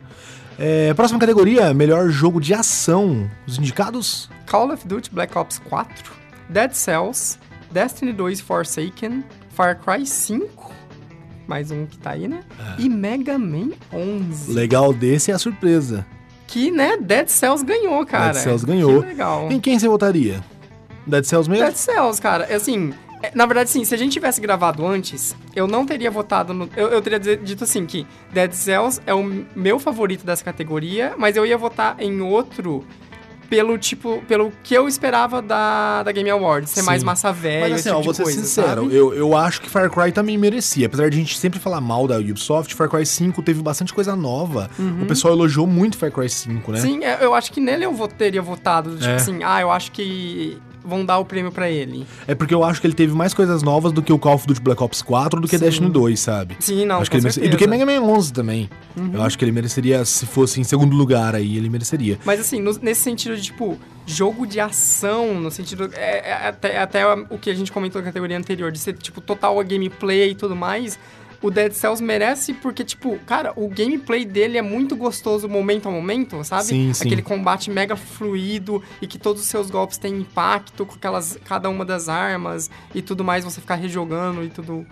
Próxima categoria, melhor jogo de ação. Os indicados? Call of Duty Black Ops 4, Dead Cells, Destiny 2 Forsaken, Far Cry 5, mais um que tá aí, né? E Mega Man 11. Legal desse é a surpresa. Que, né, Dead Cells ganhou, cara. Dead Cells ganhou. Que legal. Em quem você votaria? Dead Cells mesmo? Dead Cells, cara. Assim, na verdade, sim, se a gente tivesse gravado antes, eu não teria votado no... Eu teria dito assim, que Dead Cells é o meu favorito dessa categoria, mas eu ia votar em outro... Pelo que eu esperava da Game Awards, ser mais massa velha, mas assim, esse tipo vou de ser coisa, sincero, sabe? eu acho que Far Cry também merecia. Apesar de a gente sempre falar mal da Ubisoft, Far Cry 5 teve bastante coisa nova. O pessoal elogiou muito Far Cry 5, né? Sim, eu acho que nele eu teria votado, tipo assim, eu acho que vão dar o prêmio pra ele. É porque eu acho que ele teve mais coisas novas do que o Call of Duty Black Ops 4 do que Destiny 2, sabe? Sim, não, acho que ele E do que Mega Man 11 também. Eu acho que ele mereceria, se fosse em segundo lugar aí, ele mereceria. Mas assim, nesse sentido de, tipo, jogo de ação, no sentido... Até o que a gente comentou na categoria anterior, de ser, tipo, total a gameplay e tudo mais... O Dead Cells merece porque, tipo, cara, o gameplay dele é muito gostoso momento a momento, sabe? Sim. Aquele combate mega fluido e que todos os seus golpes têm impacto com cada uma das armas e tudo mais, você ficar rejogando e tudo...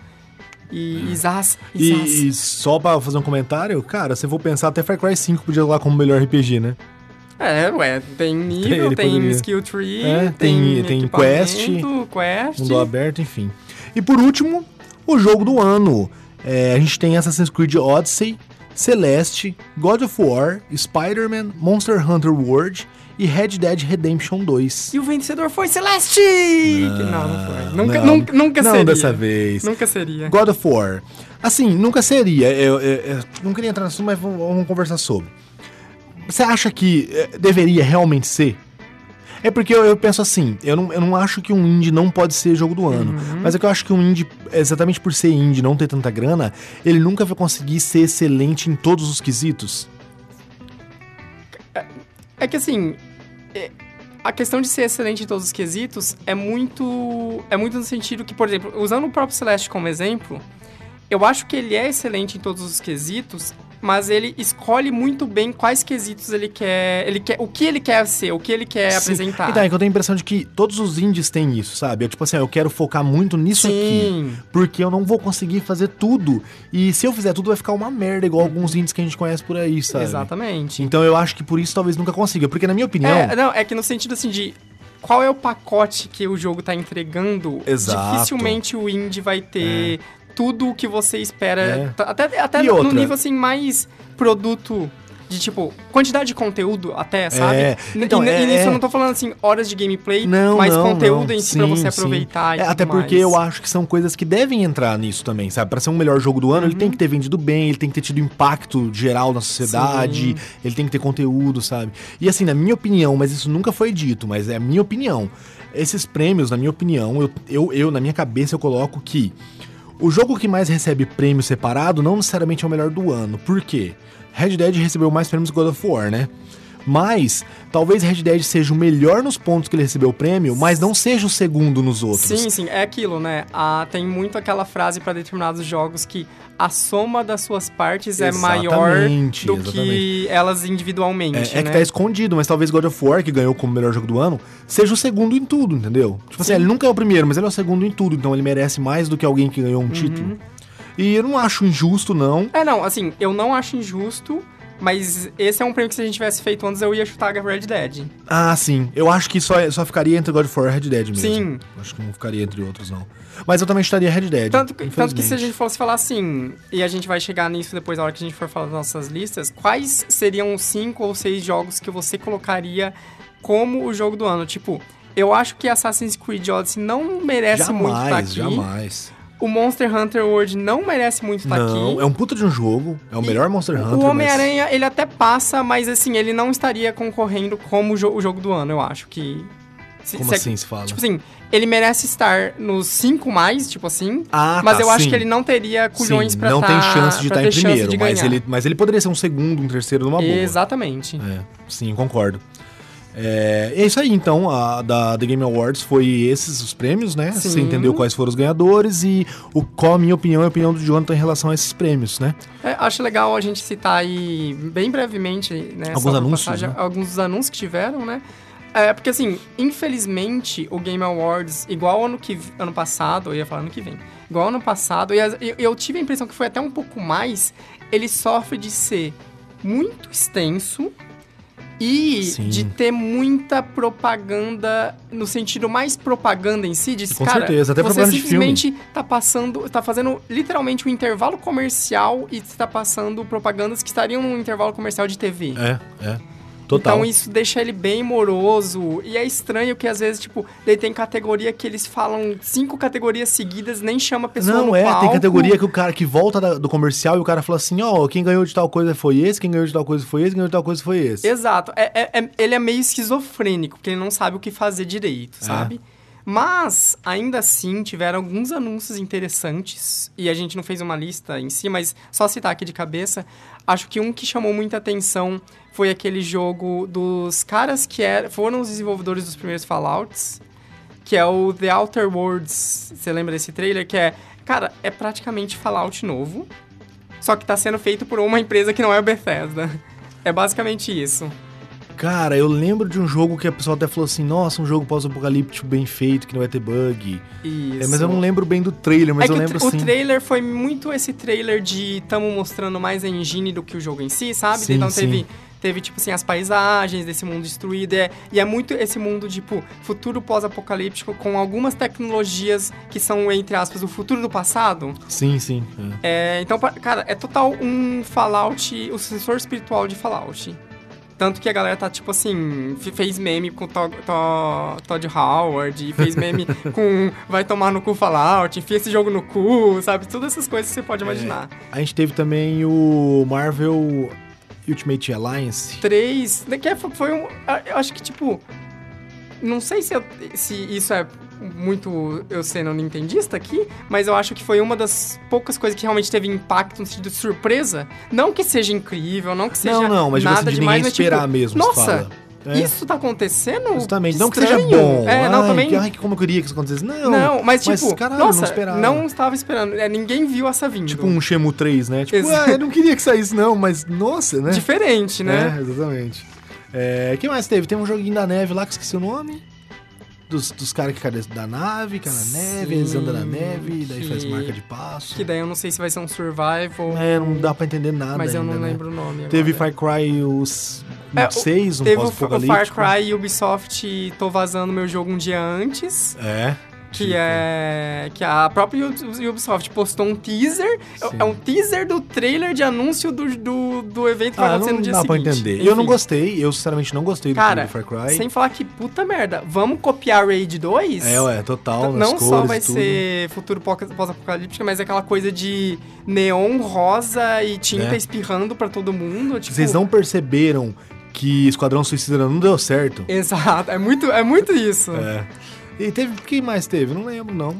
E só pra fazer um comentário, cara, se eu for pensar, até Far Cry 5 podia ir lá como melhor RPG, né? Tem nível, tem skill tree, tem quest, mundo aberto, enfim. E por último, o jogo do ano. A gente tem Assassin's Creed Odyssey, Celeste, God of War, Spider-Man, Monster Hunter World e Red Dead Redemption 2. E o vencedor foi Celeste! Não foi. Nunca seria. Não dessa vez. Nunca seria. God of War. Assim, nunca seria. Eu não queria entrar nisso, mas vamos conversar sobre. Você acha que deveria realmente ser? É porque eu penso assim, eu não acho que um indie não pode ser jogo do ano, mas é que eu acho que um indie, exatamente por ser indie, não ter tanta grana, ele nunca vai conseguir ser excelente em todos os quesitos. É que assim, a questão de ser excelente em todos os quesitos é muito no sentido que, por exemplo, usando o próprio Celeste como exemplo, eu acho que ele é excelente em todos os quesitos, mas ele escolhe muito bem quais quesitos ele quer, o que ele quer ser, o que ele quer apresentar. Então, é que eu tenho a impressão de que todos os indies têm isso, sabe? Tipo assim, eu quero focar muito nisso aqui, porque eu não vou conseguir fazer tudo, e se eu fizer tudo vai ficar uma merda, igual alguns indies que a gente conhece por aí, sabe? Exatamente. Então eu acho que por isso talvez nunca consiga, porque na minha opinião... É que no sentido assim de... Qual é o pacote que o jogo tá entregando? Exato. Dificilmente o indie vai ter... tudo o que você espera, até no nível assim, mais produto de tipo, quantidade de conteúdo até, sabe? Então, e nisso eu não tô falando assim, horas de gameplay, mas conteúdo em si pra você aproveitar e tudo até porque eu acho que são coisas que devem entrar nisso também, sabe? Pra ser um melhor jogo do ano, ele tem que ter vendido bem, ele tem que ter tido impacto geral na sociedade, ele tem que ter conteúdo, sabe? E assim, na minha opinião, mas isso nunca foi dito, mas é a minha opinião, esses prêmios, na minha opinião, eu na minha cabeça eu coloco que o jogo que mais recebe prêmio separado não necessariamente é o melhor do ano. Por quê? Red Dead recebeu mais prêmios que God of War, né? Mas, talvez Red Dead seja o melhor nos pontos que ele recebeu o prêmio, mas não seja o segundo nos outros. Sim, é aquilo, né? Tem muito aquela frase pra determinados jogos que a soma das suas partes é maior do que elas individualmente, né? É que tá escondido, mas talvez God of War, que ganhou como melhor jogo do ano, seja o segundo em tudo, entendeu? Tipo assim, ele nunca é o primeiro, mas ele é o segundo em tudo, então ele merece mais do que alguém que ganhou um título. E eu não acho injusto, não. Não, assim, eu não acho injusto, Mas esse é um prêmio que se a gente tivesse feito antes, eu ia chutar Red Dead. Ah, sim. Eu acho que só ficaria entre God of War e Red Dead mesmo. Sim. Acho que não ficaria entre outros, não. Mas eu também chutaria Red Dead, Tanto que se a gente fosse falar assim, e a gente vai chegar nisso depois na hora que a gente for falar das nossas listas, quais seriam os 5 ou 6 jogos que você colocaria como o jogo do ano? Tipo, eu acho que Assassin's Creed Odyssey não merece muito estar aqui. Jamais. O Monster Hunter World não merece muito estar aqui. Não, é um puta de um jogo. É o melhor Monster Hunter. O Homem-Aranha, ele até passa, mas assim, ele não estaria concorrendo como o jogo do ano, eu acho que... Como assim se fala? Tipo assim, ele merece estar nos 5 mais, tipo assim. Mas eu acho que ele não teria culhões pra estar... Não tem chance de estar em primeiro, mas ele poderia ser um segundo, um terceiro numa boa. Exatamente. Sim, concordo. É isso aí, então, da The Game Awards foi esses os prêmios, né? Sim. Você entendeu quais foram os ganhadores e qual a minha opinião e a opinião do Jonathan em relação a esses prêmios, né? Acho legal a gente citar aí, bem brevemente, né? Alguns anúncios, né? Alguns dos anúncios que tiveram, né? Porque assim, infelizmente, o Game Awards, igual ano passado, eu ia falar ano que vem, igual ano passado, eu tive a impressão que foi até um pouco mais, ele sofre de ser muito extenso e de ter muita propaganda, no sentido mais propaganda em si, de com certeza, até você propaganda de filme. simplesmente tá fazendo literalmente um intervalo comercial e está passando propagandas que estariam num intervalo comercial de TV. Total. Então isso deixa ele bem moroso. E é estranho que às vezes, tipo, daí tem categoria que eles falam 5 categorias seguidas, nem chama a pessoa no palco. Tem categoria que o cara que volta do comercial e o cara fala assim, quem ganhou de tal coisa foi esse, quem ganhou de tal coisa foi esse, quem ganhou de tal coisa foi esse. Exato. Ele é meio esquizofrênico, porque ele não sabe o que fazer direito, sabe? Mas, ainda assim, tiveram alguns anúncios interessantes, e a gente não fez uma lista em si, mas só citar aqui de cabeça, acho que um que chamou muita atenção foi aquele jogo dos caras que foram os desenvolvedores dos primeiros Fallouts, que é o The Outer Worlds. Você lembra desse trailer? Que é praticamente Fallout novo, só que tá sendo feito por uma empresa que não é a Bethesda. É basicamente isso. Cara, eu lembro de um jogo que a pessoa até falou assim, nossa, um jogo pós-apocalíptico bem feito, que não vai ter bug. Isso. Mas eu não lembro bem do trailer, mas eu lembro sim. O trailer foi muito esse trailer de tamo mostrando mais a engine do que o jogo em si, sabe? Sim, então sim. teve, tipo assim, as paisagens desse mundo destruído. E é muito esse mundo, tipo, futuro pós-apocalíptico com algumas tecnologias que são, entre aspas, o futuro do passado. Sim. Então, cara, é total um Fallout, o sucessor espiritual de Fallout. Tanto que a galera tá, tipo assim, fez meme com Todd Howard, fez meme com vai tomar no cu Fallout, enfia esse jogo no cu, sabe? Todas essas coisas que você pode imaginar. A gente teve também o Marvel Ultimate Alliance. 3, que foi um... Eu acho que, tipo... Não sei se isso é muito eu sendo nintendista aqui, mas eu acho que foi uma das poucas coisas que realmente teve impacto no sentido de surpresa. Não que seja incrível, não que seja não, mas nada de demais, ninguém esperar tipo, mesmo, nossa, isso tá acontecendo? Justamente, não que estranho. seja bom. Também... como eu queria que isso acontecesse. Não, mas tipo, caralho, nossa, não estava esperando. Ninguém viu essa vindo. Tipo um Shenmue 3, né? Tipo, eu não queria que saísse não, mas nossa, né? Diferente, né? Exatamente. O que mais teve? Tem um joguinho da neve lá que esqueci o nome. Dos caras que caem da nave, que é na neve, eles andam na neve, daí faz marca de passo. Que daí eu não sei se vai ser um survival. Não dá pra entender nada. Mas ainda, eu não lembro o nome agora. Teve Far Cry 6, um pós-apocalíptico. Teve o Far Cry e Ubisoft, tô vazando meu jogo um dia antes. Que a própria Ubisoft postou um teaser. Sim. É um teaser do trailer de anúncio do evento que vai acontecer no dia seguinte. Não dá pra entender. Enfim. Eu não gostei, eu sinceramente não gostei do Far Cry. Sem falar que, puta merda, vamos copiar Raid 2? Total. Não só vai ser futuro pós-apocalíptico, mas é aquela coisa de neon rosa e tinta espirrando pra todo mundo. Tipo... Vocês não perceberam que Esquadrão Suicida não deu certo? Exato, é muito isso. E quem mais teve? Não lembro, não.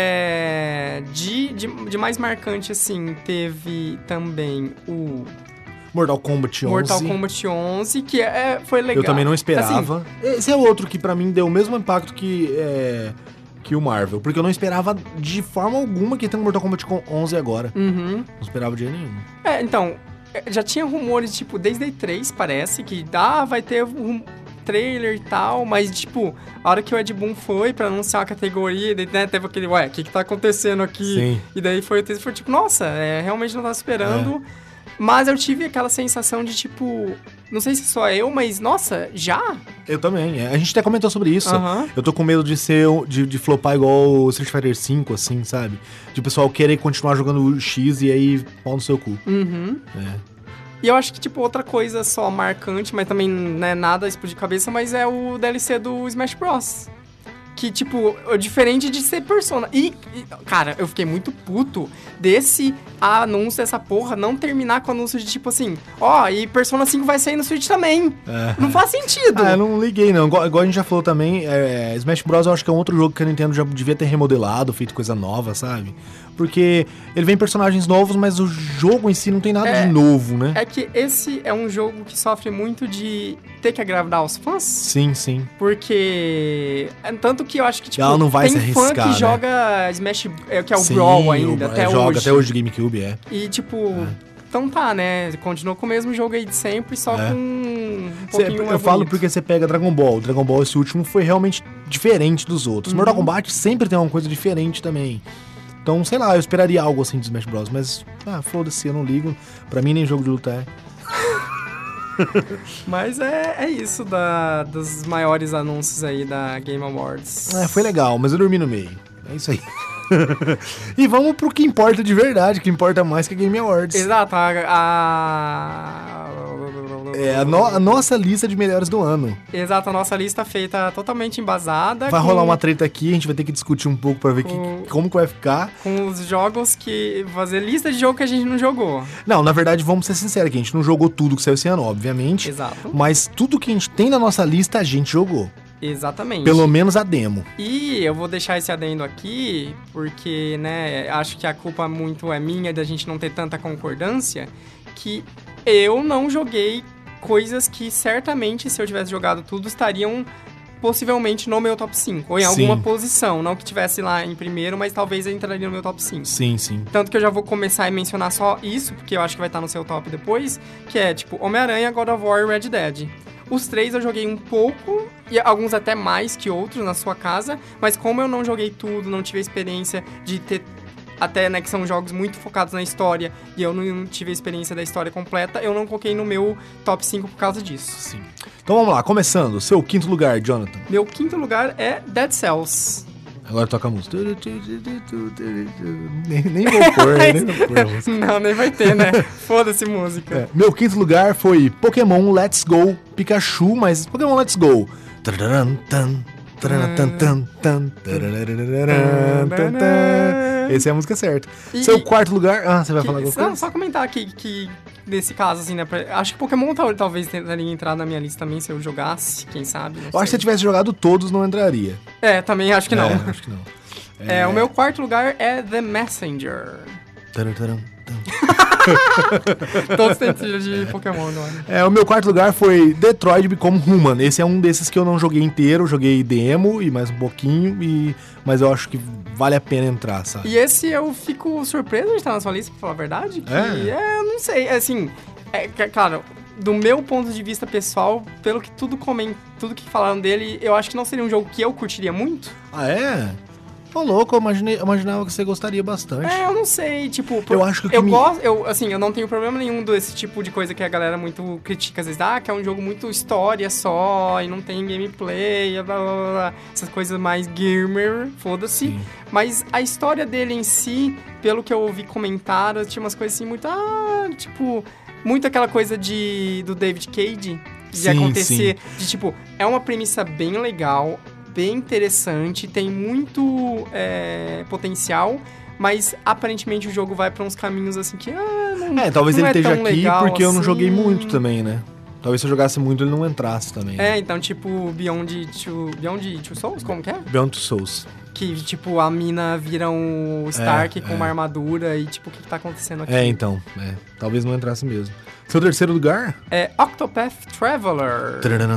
De mais marcante, assim, teve também o... Mortal Kombat 11. Mortal Kombat 11, que foi legal. Eu também não esperava. Assim, esse é outro que pra mim deu o mesmo impacto que o Marvel. Porque eu não esperava de forma alguma que tenha um Mortal Kombat 11 agora. Não esperava de jeito nenhum. Então, já tinha rumores, tipo, desde E3, parece, que vai ter um trailer e tal, mas, tipo, a hora que o Ed Boon foi pra anunciar uma categoria, né, teve aquele, o que tá acontecendo aqui? Sim. E daí foi tipo, nossa, realmente não tava esperando. Mas eu tive aquela sensação de, tipo... Não sei se só eu, mas, nossa, já? Eu também. A gente até comentou sobre isso. Aham. Eu tô com medo de ser de flopar igual o Street Fighter V, assim, sabe? De o pessoal querer continuar jogando o X e aí pau no seu cu. Uhum. É. E eu acho que, tipo, outra coisa só marcante, mas também não é nada explodir cabeça, mas é o DLC do Smash Bros. Que, tipo, diferente de ser Persona. E, cara, eu fiquei muito puto desse anúncio dessa porra não terminar com o anúncio de, tipo assim, ó, e Persona 5 vai sair no Switch também. Não faz sentido. Eu não liguei, não. Igual a gente já falou também, Smash Bros. Eu acho que é um outro jogo que a Nintendo já devia ter remodelado, feito coisa nova, sabe? Porque ele vem personagens novos, mas o jogo em si não tem nada de novo, né? É que esse é um jogo que sofre muito de ter que agradar os fãs. Sim, sim. Porque... Tanto que eu acho que, tipo, ela não vai tem se fã arriscar, que né? joga Smash, que é o Sim, Brawl ainda, até hoje. Joga até hoje GameCube, E, tipo... Então tá, né? Continuou com o mesmo jogo aí de sempre, só com um pouquinho mais Eu falo bonito. porque você pega Dragon Ball. Dragon Ball, esse último, foi realmente diferente dos outros. Mortal Kombat sempre tem uma coisa diferente também. Então, sei lá, eu esperaria algo assim de Smash Bros. Mas, foda-se, eu não ligo. Pra mim, nem jogo de luta é. Mas é isso dos maiores anúncios aí da Game Awards. Foi legal, mas eu dormi no meio. É isso aí. E vamos pro que importa de verdade, que importa mais que a Game Awards. Exato, A nossa lista de melhores do ano. Exato, a nossa lista feita totalmente embasada. Vai rolar uma treta aqui, a gente vai ter que discutir um pouco pra ver como que vai ficar. Com os jogos que... Fazer lista de jogo que a gente não jogou. Não, na verdade, vamos ser sinceros aqui, a gente não jogou tudo que saiu esse ano, obviamente. Exato. Mas tudo que a gente tem na nossa lista, a gente jogou. Exatamente. Pelo menos a demo. E eu vou deixar esse adendo aqui, porque, né, acho que a culpa muito é minha da gente não ter tanta concordância, que eu não joguei coisas que certamente, se eu tivesse jogado tudo, estariam possivelmente no meu top 5, ou em alguma posição, não que tivesse lá em primeiro, mas talvez eu entraria no meu top 5. Sim, sim. Tanto que eu já vou começar a mencionar só isso, porque eu acho que vai estar no seu top depois, que é, tipo, Homem-Aranha, God of War e Red Dead. Os três eu joguei um pouco, e alguns até mais que outros na sua casa, mas como eu não joguei tudo, não tive a experiência de ter... Até, né, que são jogos muito focados na história, e eu não tive a experiência da história completa, eu não coloquei no meu top 5 por causa disso. Sim. Então vamos lá, começando. Seu quinto lugar, Jonathan. Meu quinto lugar é Dead Cells. Agora toca a música. Nem vou pôr, nem vou pôr a música. Não, nem vai ter, né? Foda-se música. Meu quinto lugar foi Pokémon Let's Go Pikachu, mas Pokémon Let's Go. Essa é a música certa. Seu quarto lugar... você vai falar alguma coisa? Não, só comentar que nesse caso, assim, né? Acho que Pokémon talvez tentaria entrar na minha lista também se eu jogasse, quem sabe. Eu acho que se você tivesse jogado todos, não entraria. Também acho que não. Acho que não. O meu quarto lugar é The Messenger. Todos têm trilha de Pokémon, não é? O meu quarto lugar foi Detroit Become Human. Esse é um desses que eu não joguei inteiro, joguei demo e mais um pouquinho, mas eu acho que vale a pena entrar, sabe? E esse eu fico surpreso de estar na sua lista, pra falar a verdade. Eu não sei, assim, claro, do meu ponto de vista pessoal, pelo que tudo que falaram dele, eu acho que não seria um jogo que eu curtiria muito. Ah, é? Ô, louco, eu imaginava que você gostaria bastante. Eu não sei, tipo... Eu acho que eu gosto, eu não tenho problema nenhum desse tipo de coisa que a galera muito critica, às vezes, que é um jogo muito história só, e não tem gameplay, blá, blá, blá, essas coisas mais gamer, foda-se. Mas a história dele em si, pelo que eu ouvi comentários, tinha umas coisas assim muito, tipo... Muito aquela coisa do David Cage, de acontecer, de tipo, é uma premissa bem legal, bem interessante, tem muito potencial, mas aparentemente o jogo vai pra uns caminhos assim que talvez não ele esteja tão aqui legal porque eu não assim. joguei muito também, né? Talvez se eu jogasse muito ele não entrasse também. Né? Então tipo Beyond Two Souls, como que é? Beyond Two Souls. Que tipo a mina vira um Stark com uma armadura e tipo o que tá acontecendo aqui? Talvez não entrasse mesmo. Seu terceiro lugar? É Octopath Traveler.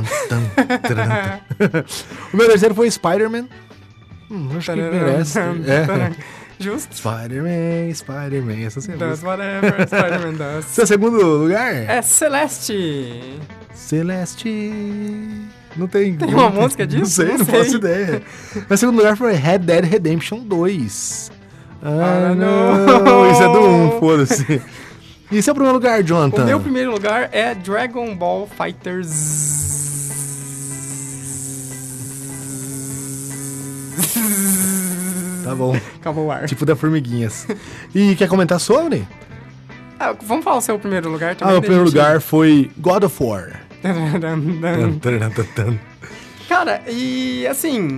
O meu terceiro foi Spider-Man. Acho que merece. Justo. Spider-Man, essa semana. Does whatever Spider-Man does. Seu segundo lugar? É Celeste. Não tem... Tem uma música disso? Não sei, não faço ideia. Meu segundo lugar foi Red Dead Redemption 2. Não. Isso é do 1, foda-se. E seu primeiro lugar, Jonathan? O meu primeiro lugar é Dragon Ball FighterZ. Tá bom. Acabou o ar. Tipo da Formiguinhas. E quer comentar sobre? Vamos falar o seu primeiro lugar também. Meu primeiro lugar foi God of War. Cara, e assim...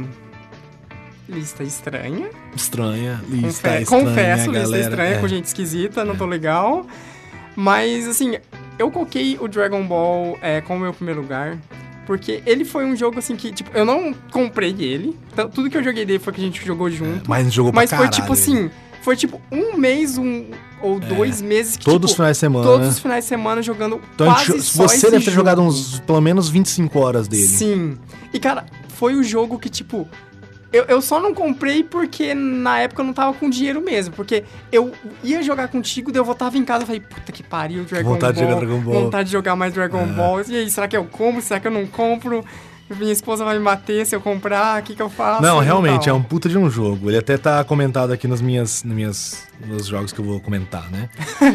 Lista estranha. Estranha, lista estranha, Confesso, galera, lista estranha, com gente esquisita, não tô legal. Mas, assim, eu coloquei o Dragon Ball como meu primeiro lugar, porque ele foi um jogo, assim, que, tipo, eu não comprei ele. Tudo que eu joguei dele foi que a gente jogou junto. Mas jogou pra caralho. Mas foi, tipo, assim... Foi, tipo, um mês ou 2 meses que, todos tipo... os finais de semana, Todos né? os finais de semana jogando então, quase só você deve ter jogo. jogado pelo menos 25 horas dele. Sim. E, cara, foi o jogo que, tipo... Eu só não comprei porque na época eu não tava com dinheiro mesmo. Porque eu ia jogar contigo, daí eu voltava em casa e falei, puta que pariu, Dragon Vontade de Ball. jogar Dragon Ball. Vontade de jogar mais Dragon Ball. E aí, será que eu compro? Será que eu não compro? Minha esposa vai me bater se eu comprar, o que eu faço? Não, realmente, é um puta de um jogo. Ele até tá comentado aqui nos jogos que eu vou comentar, né?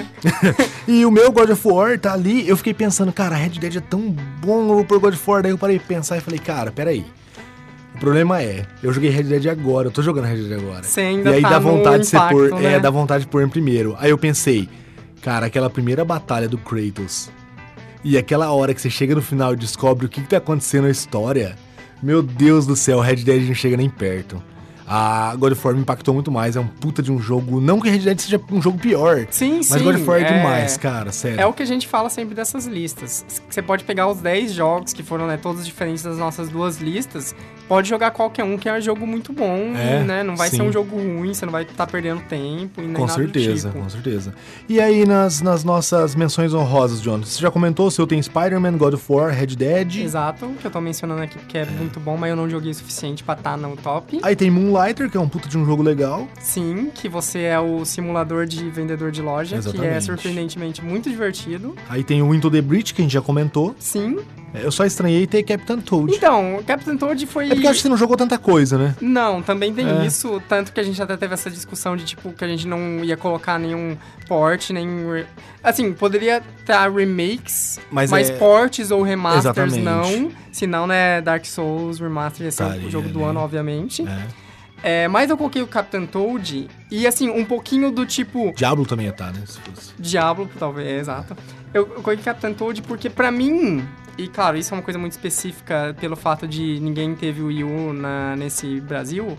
E o meu God of War tá ali, eu fiquei pensando, cara, Red Dead é tão bom, eu vou pôr God of War. Daí eu parei de pensar e falei, cara, peraí. O problema é, eu joguei Red Dead agora, eu tô jogando Red Dead agora. Você ainda e aí tá dá vontade no de você impacto, pôr, né? dá vontade de pôr em primeiro. Aí eu pensei, cara, aquela primeira batalha do Kratos e aquela hora que você chega no final e descobre o que tá acontecendo na história, meu Deus do céu, Red Dead não chega nem perto. A God of War me impactou muito mais, é um puta de um jogo, não que Red Dead seja um jogo pior, Sim, mas sim. God of War é demais, cara, sério. É o que a gente fala sempre dessas listas. Você pode pegar os 10 jogos que foram, né, todos diferentes das nossas duas listas, pode jogar qualquer um, que é um jogo muito bom, né? Não vai ser um jogo ruim, você não vai estar perdendo tempo e nem com nada certeza, do tipo. com certeza. E aí, nas nossas menções honrosas, John, você já comentou se eu tenho Spider-Man, God of War, Red Dead. Exato, que eu tô mencionando aqui porque é muito bom, mas eu não joguei o suficiente pra estar no top. Aí tem Moonlighter, que é um puta de um jogo legal. Sim, que você é o simulador de vendedor de loja, Exatamente. que é surpreendentemente muito divertido. Aí tem o Into the Breach, que a gente já comentou. Sim. Eu só estranhei ter Captain Toad. Então, o Captain Toad foi... É porque eu acho que você não jogou tanta coisa, né? Não, também tem isso, tanto que a gente até teve essa discussão de, tipo, que a gente não ia colocar nenhum port, nem... Assim, poderia estar remakes, mas ports ou remasters não, senão, né, Dark Souls Remaster ia ser o jogo do ano, obviamente. Mas eu coloquei o Captain Toad e, assim, um pouquinho do tipo... Diablo também ia estar, né? Se fosse. Diablo, talvez, exato. Eu coloquei Captain Toad porque, pra mim... E, claro, isso é uma coisa muito específica pelo fato de ninguém teve o Wii U nesse Brasil.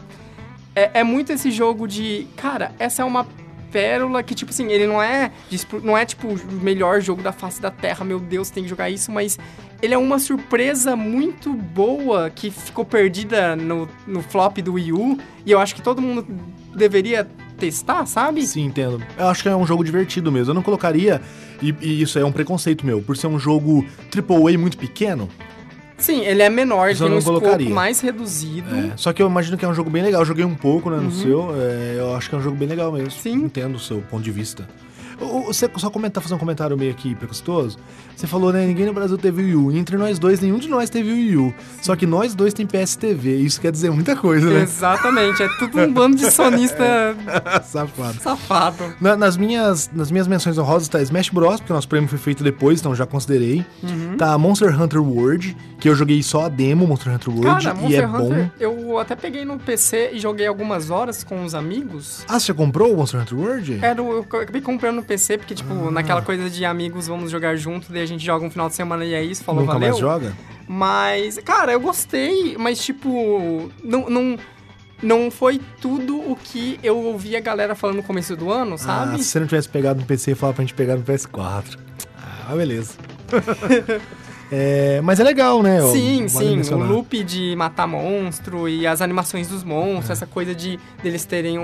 É muito esse jogo de... Cara, essa é uma pérola que, tipo assim, ele não é tipo, o melhor jogo da face da Terra. Meu Deus, tem que jogar isso, mas... Ele é uma surpresa muito boa que ficou perdida no flop do Wii U. E eu acho que todo mundo deveria testar, sabe? Sim, entendo. Eu acho que é um jogo divertido mesmo. Eu não colocaria, e isso é um preconceito meu, por ser um jogo AAA muito pequeno. Sim, ele é menor, ele tem um colocaria. escopo mais reduzido. Só que eu imagino que é um jogo bem legal. Eu joguei um pouco, né, no seu. Eu acho que é um jogo bem legal mesmo. Sim. Entendo o seu ponto de vista. Você só fazer um comentário meio aqui preconceituoso. Você falou, né, ninguém no Brasil teve Wii U. E entre nós dois, nenhum de nós teve Wii U. Só que nós dois tem PSTV. Isso quer dizer muita coisa, né? Exatamente. É tudo um bando de sonista safado. Nas minhas menções honrosas tá Smash Bros, porque o nosso prêmio foi feito depois, então já considerei. Tá Monster Hunter World, que eu joguei só a demo, Monster Hunter World, Cara, e Monster é Hunter, bom. Eu até peguei no PC e joguei algumas horas com os amigos. Ah, você já comprou o Monster Hunter World? Eu acabei comprando no PC, porque, tipo, naquela coisa de amigos, vamos jogar junto, daí a gente joga um final de semana e é isso, falou, Nunca valeu. mais joga? Mas, cara, eu gostei, mas, tipo, não foi tudo o que eu ouvi a galera falando no começo do ano, sabe? Se você não tivesse pegado no PC, ia falar pra gente pegar no PS4. Beleza. Mas é legal, né? Sim, o loop de matar monstro e as animações dos monstros, essa coisa deles terem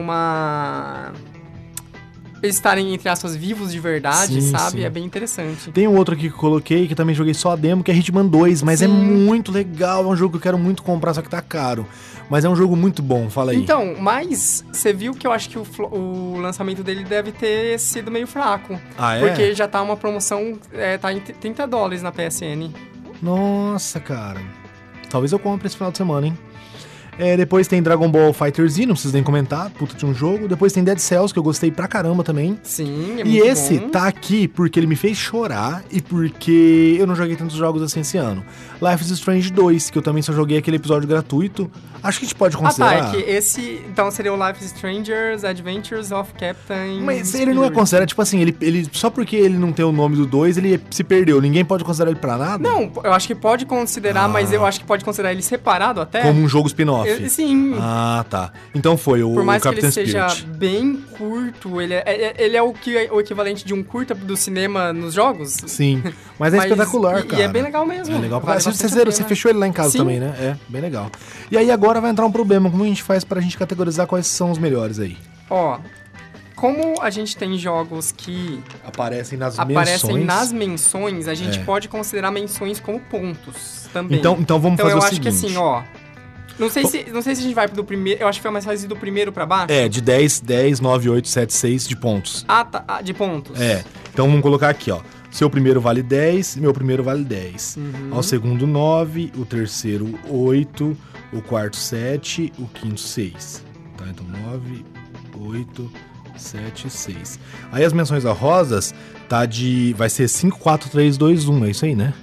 eles estarem, entre aspas, vivos de verdade, sabe? Sim. É bem interessante. Tem um outro aqui que eu coloquei, que também joguei só a demo, que é Hitman 2, mas é muito legal, é um jogo que eu quero muito comprar, só que tá caro. Mas é um jogo muito bom, fala aí. Então, mas você viu que eu acho que o lançamento dele deve ter sido meio fraco. Ah, é? Porque já tá uma promoção, tá em $30 na PSN. Nossa, cara. Talvez eu compre esse final de semana, hein? Depois tem Dragon Ball FighterZ, não preciso nem comentar, puta de um jogo. Depois tem Dead Cells, que eu gostei pra caramba também. Sim, é E muito esse bom. tá aqui porque ele me fez chorar e porque eu não joguei tantos jogos assim esse ano. Life is Strange 2, que eu também só joguei aquele episódio gratuito. Acho que a gente pode considerar. É que esse... Então seria o Life is Stranger's Adventures of Captain Mas ele não é Spirit. considerado, tipo assim, ele só porque ele não tem o nome do 2, ele se perdeu. Ninguém pode considerar ele pra nada? Não, eu acho que pode considerar, mas eu acho que pode considerar ele separado até. Como um jogo spin-off. Sim. Ah, tá. Então foi o Por mais que Captain ele seja Spirit. bem curto, ele é o equivalente de um curta do cinema nos jogos. Sim, mas é espetacular, cara. E é bem legal mesmo. É legal pra Vale caralho. bastante Você a pena. fechou ele lá em casa Sim. também, né? É, bem legal. E aí agora vai entrar um problema. Como a gente faz pra gente categorizar quais são os melhores aí? Ó, como a gente tem jogos que Aparecem nas menções, a gente pode considerar menções como pontos também. Então vamos fazer eu o acho seguinte. que assim, ó... Não sei se a gente vai do primeiro... Eu acho que foi mais fácil do primeiro pra baixo. De 10, 9, 8, 7, 6 de pontos. Ah, tá. De pontos. Então vamos colocar aqui, ó. Seu primeiro vale 10, meu primeiro vale 10. Ao segundo 9, o terceiro 8, o quarto 7, o quinto 6. Tá, então 9, 8, 7, 6. Aí as menções honrosas vai ser 5, 4, 3, 2, 1, é isso aí, né?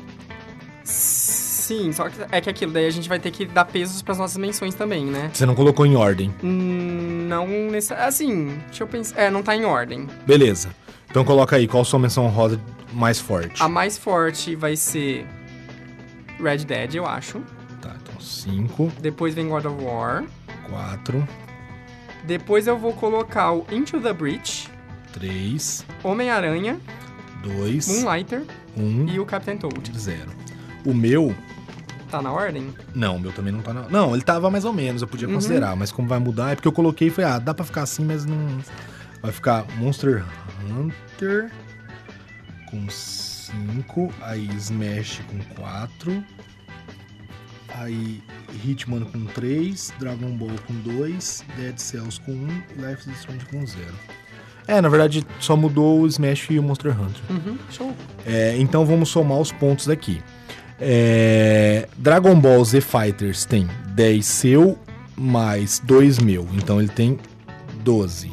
Sim, só que é que aquilo, daí a gente vai ter que dar pesos pras nossas menções também, né? Você não colocou em ordem. Não necessariamente. Assim, deixa eu pensar. Não tá em ordem. Beleza. Então coloca aí, qual a sua menção honrosa mais forte? A mais forte vai ser Red Dead, eu acho. Tá, então 5, Depois vem God of War. 4, Depois eu vou colocar o Into the Breach, 3, Homem-Aranha, 2, Moonlighter 1, e o Captain Toad. 0. O meu... Tá na ordem? Não, o meu também não tá na... Não, ele tava mais ou menos, eu podia considerar, mas como vai mudar, é porque eu coloquei e falei, dá pra ficar assim, mas não... Vai ficar Monster Hunter com 5, aí Smash com 4, aí Hitman com 3, Dragon Ball com 2, Dead Cells com 1 e Life is Strange com 0. Na verdade, só mudou o Smash e o Monster Hunter. Show. Então vamos somar os pontos aqui. Dragon Ball Z Fighters tem 10 seu mais 2 meu, então ele tem 12.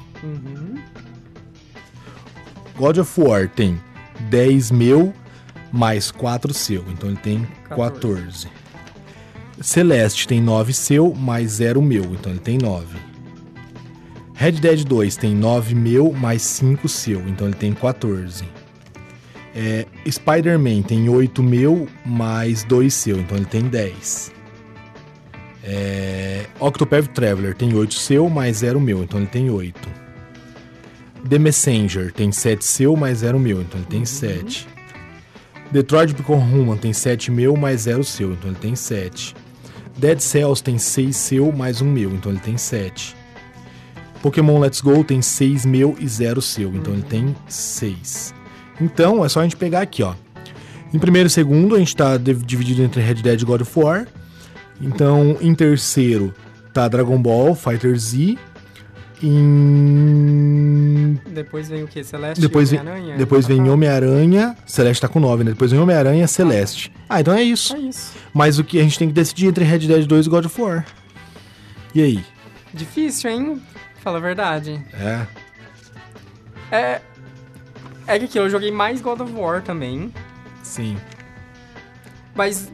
God of War tem 10 meu mais 4 seu, então ele tem 14. Celeste tem 9 seu mais 0 meu, então ele tem 9. Red Dead 2 tem 9 meu mais 5 seu, então ele tem 14. Spider-Man tem 8 meu mais 2 seu, então ele tem 10. Octopath Traveler tem 8 seu mais 0 meu, então ele tem 8. The Messenger tem 7 seu mais 0 meu, então ele tem 7. Detroit Become Human tem 7 meu mais 0 seu, então ele tem 7. Dead Cells tem 6 seu mais 1 meu, então ele tem 7. Pokémon Let's Go tem 6 meu e 0 seu, então ele tem 6. Então, é só a gente pegar aqui, ó. Em primeiro e segundo, a gente tá dividido entre Red Dead e God of War. Então, em terceiro, tá Dragon Ball FighterZ. Depois vem o quê? Celeste Depois e vem, Homem-Aranha? depois vem Homem-Aranha. Celeste tá com 9, né? Depois vem Homem-Aranha, Celeste. Então é isso. É isso. Mas o que a gente tem que decidir entre Red Dead 2 e God of War. E aí? Difícil, hein? Fala a verdade. É, É que aquilo, eu joguei mais God of War também. sim. Mas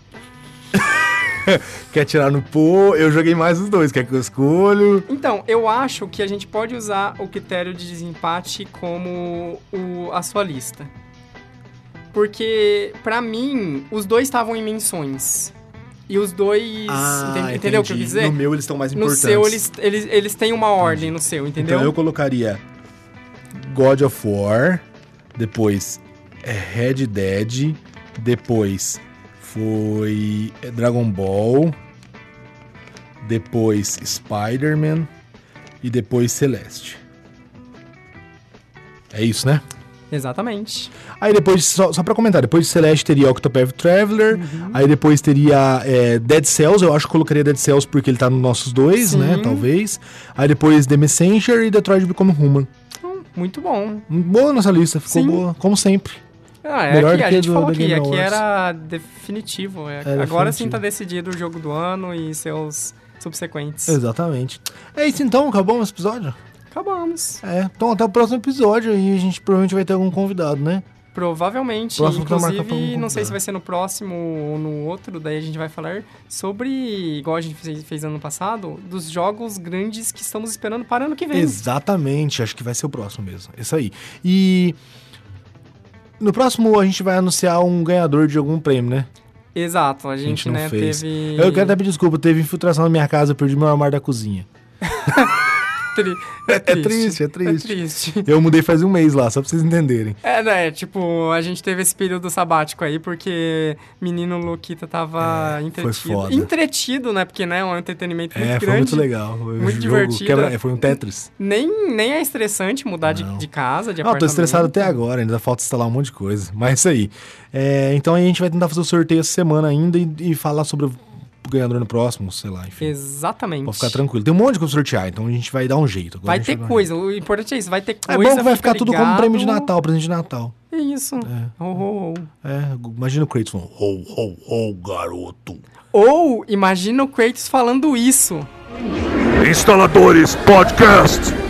Quer tirar no pô? Eu joguei mais os dois. Quer que eu escolho? então, eu acho que a gente pode usar o critério de desempate como a sua lista. Porque, pra mim, os dois estavam em menções. E os dois... entendeu o que eu quis dizer? No meu eles estão mais No importantes. seu, eles têm uma ordem no seu, entendeu? Então eu colocaria God of War, depois Red Dead, depois foi Dragon Ball, depois Spider-Man e depois Celeste. É isso, né? Exatamente. Aí depois, só pra comentar, depois de Celeste teria Octopath Traveler, aí depois teria Dead Cells, eu acho que eu colocaria Dead Cells porque ele tá nos nossos dois, Sim. né, talvez. Aí depois The Messenger e Detroit Become Human. Muito bom. Boa nossa lista, ficou Sim. boa, como sempre. Melhor aqui, do a que gente do falou Game aqui Awards. era definitivo. Agora definitivo. sim tá decidido o jogo do ano e seus subsequentes. Exatamente. É isso então, acabou o nosso episódio? Acabamos. Então até o próximo episódio e a gente provavelmente vai ter algum convidado, né? Provavelmente, Próximo que eu marcar pra inclusive, um não sei convidado. se vai ser no próximo ou no outro, daí a gente vai falar sobre, igual a gente fez ano passado, dos jogos grandes que estamos esperando para ano que vem. Exatamente, acho que vai ser o próximo mesmo. Isso aí. E no próximo a gente vai anunciar um ganhador de algum prêmio, né? Exato, a gente não né, fez. teve... Eu quero até pedir desculpa, teve infiltração na minha casa, eu perdi meu armário da cozinha. É triste. É triste. Eu mudei faz um mês lá, só pra vocês entenderem. Né, tipo, a gente teve esse período sabático aí, porque menino Luquita tava entretido. foi foda. Entretido, né, porque, né, é um entretenimento muito grande. Foi muito legal. Muito divertido. Foi um Tetris. Nem é estressante mudar de casa, de apartamento. Tô estressado até agora, ainda falta instalar um monte de coisa. Mas é isso aí. Então a gente vai tentar fazer o sorteio essa semana ainda e falar sobre o ganhador no próximo, sei lá, enfim. Exatamente. Pode ficar tranquilo. Tem um monte de coisa sortear, então a gente vai dar um jeito. Agora vai ter coisa, o importante é isso, vai ter coisa. É bom que vai ficar tudo ligado. como prêmio de Natal, presente de Natal. É isso. Imagina o Kratos falando, ho, garoto. Ou imagina o Kratos falando isso. Instaladores Podcast.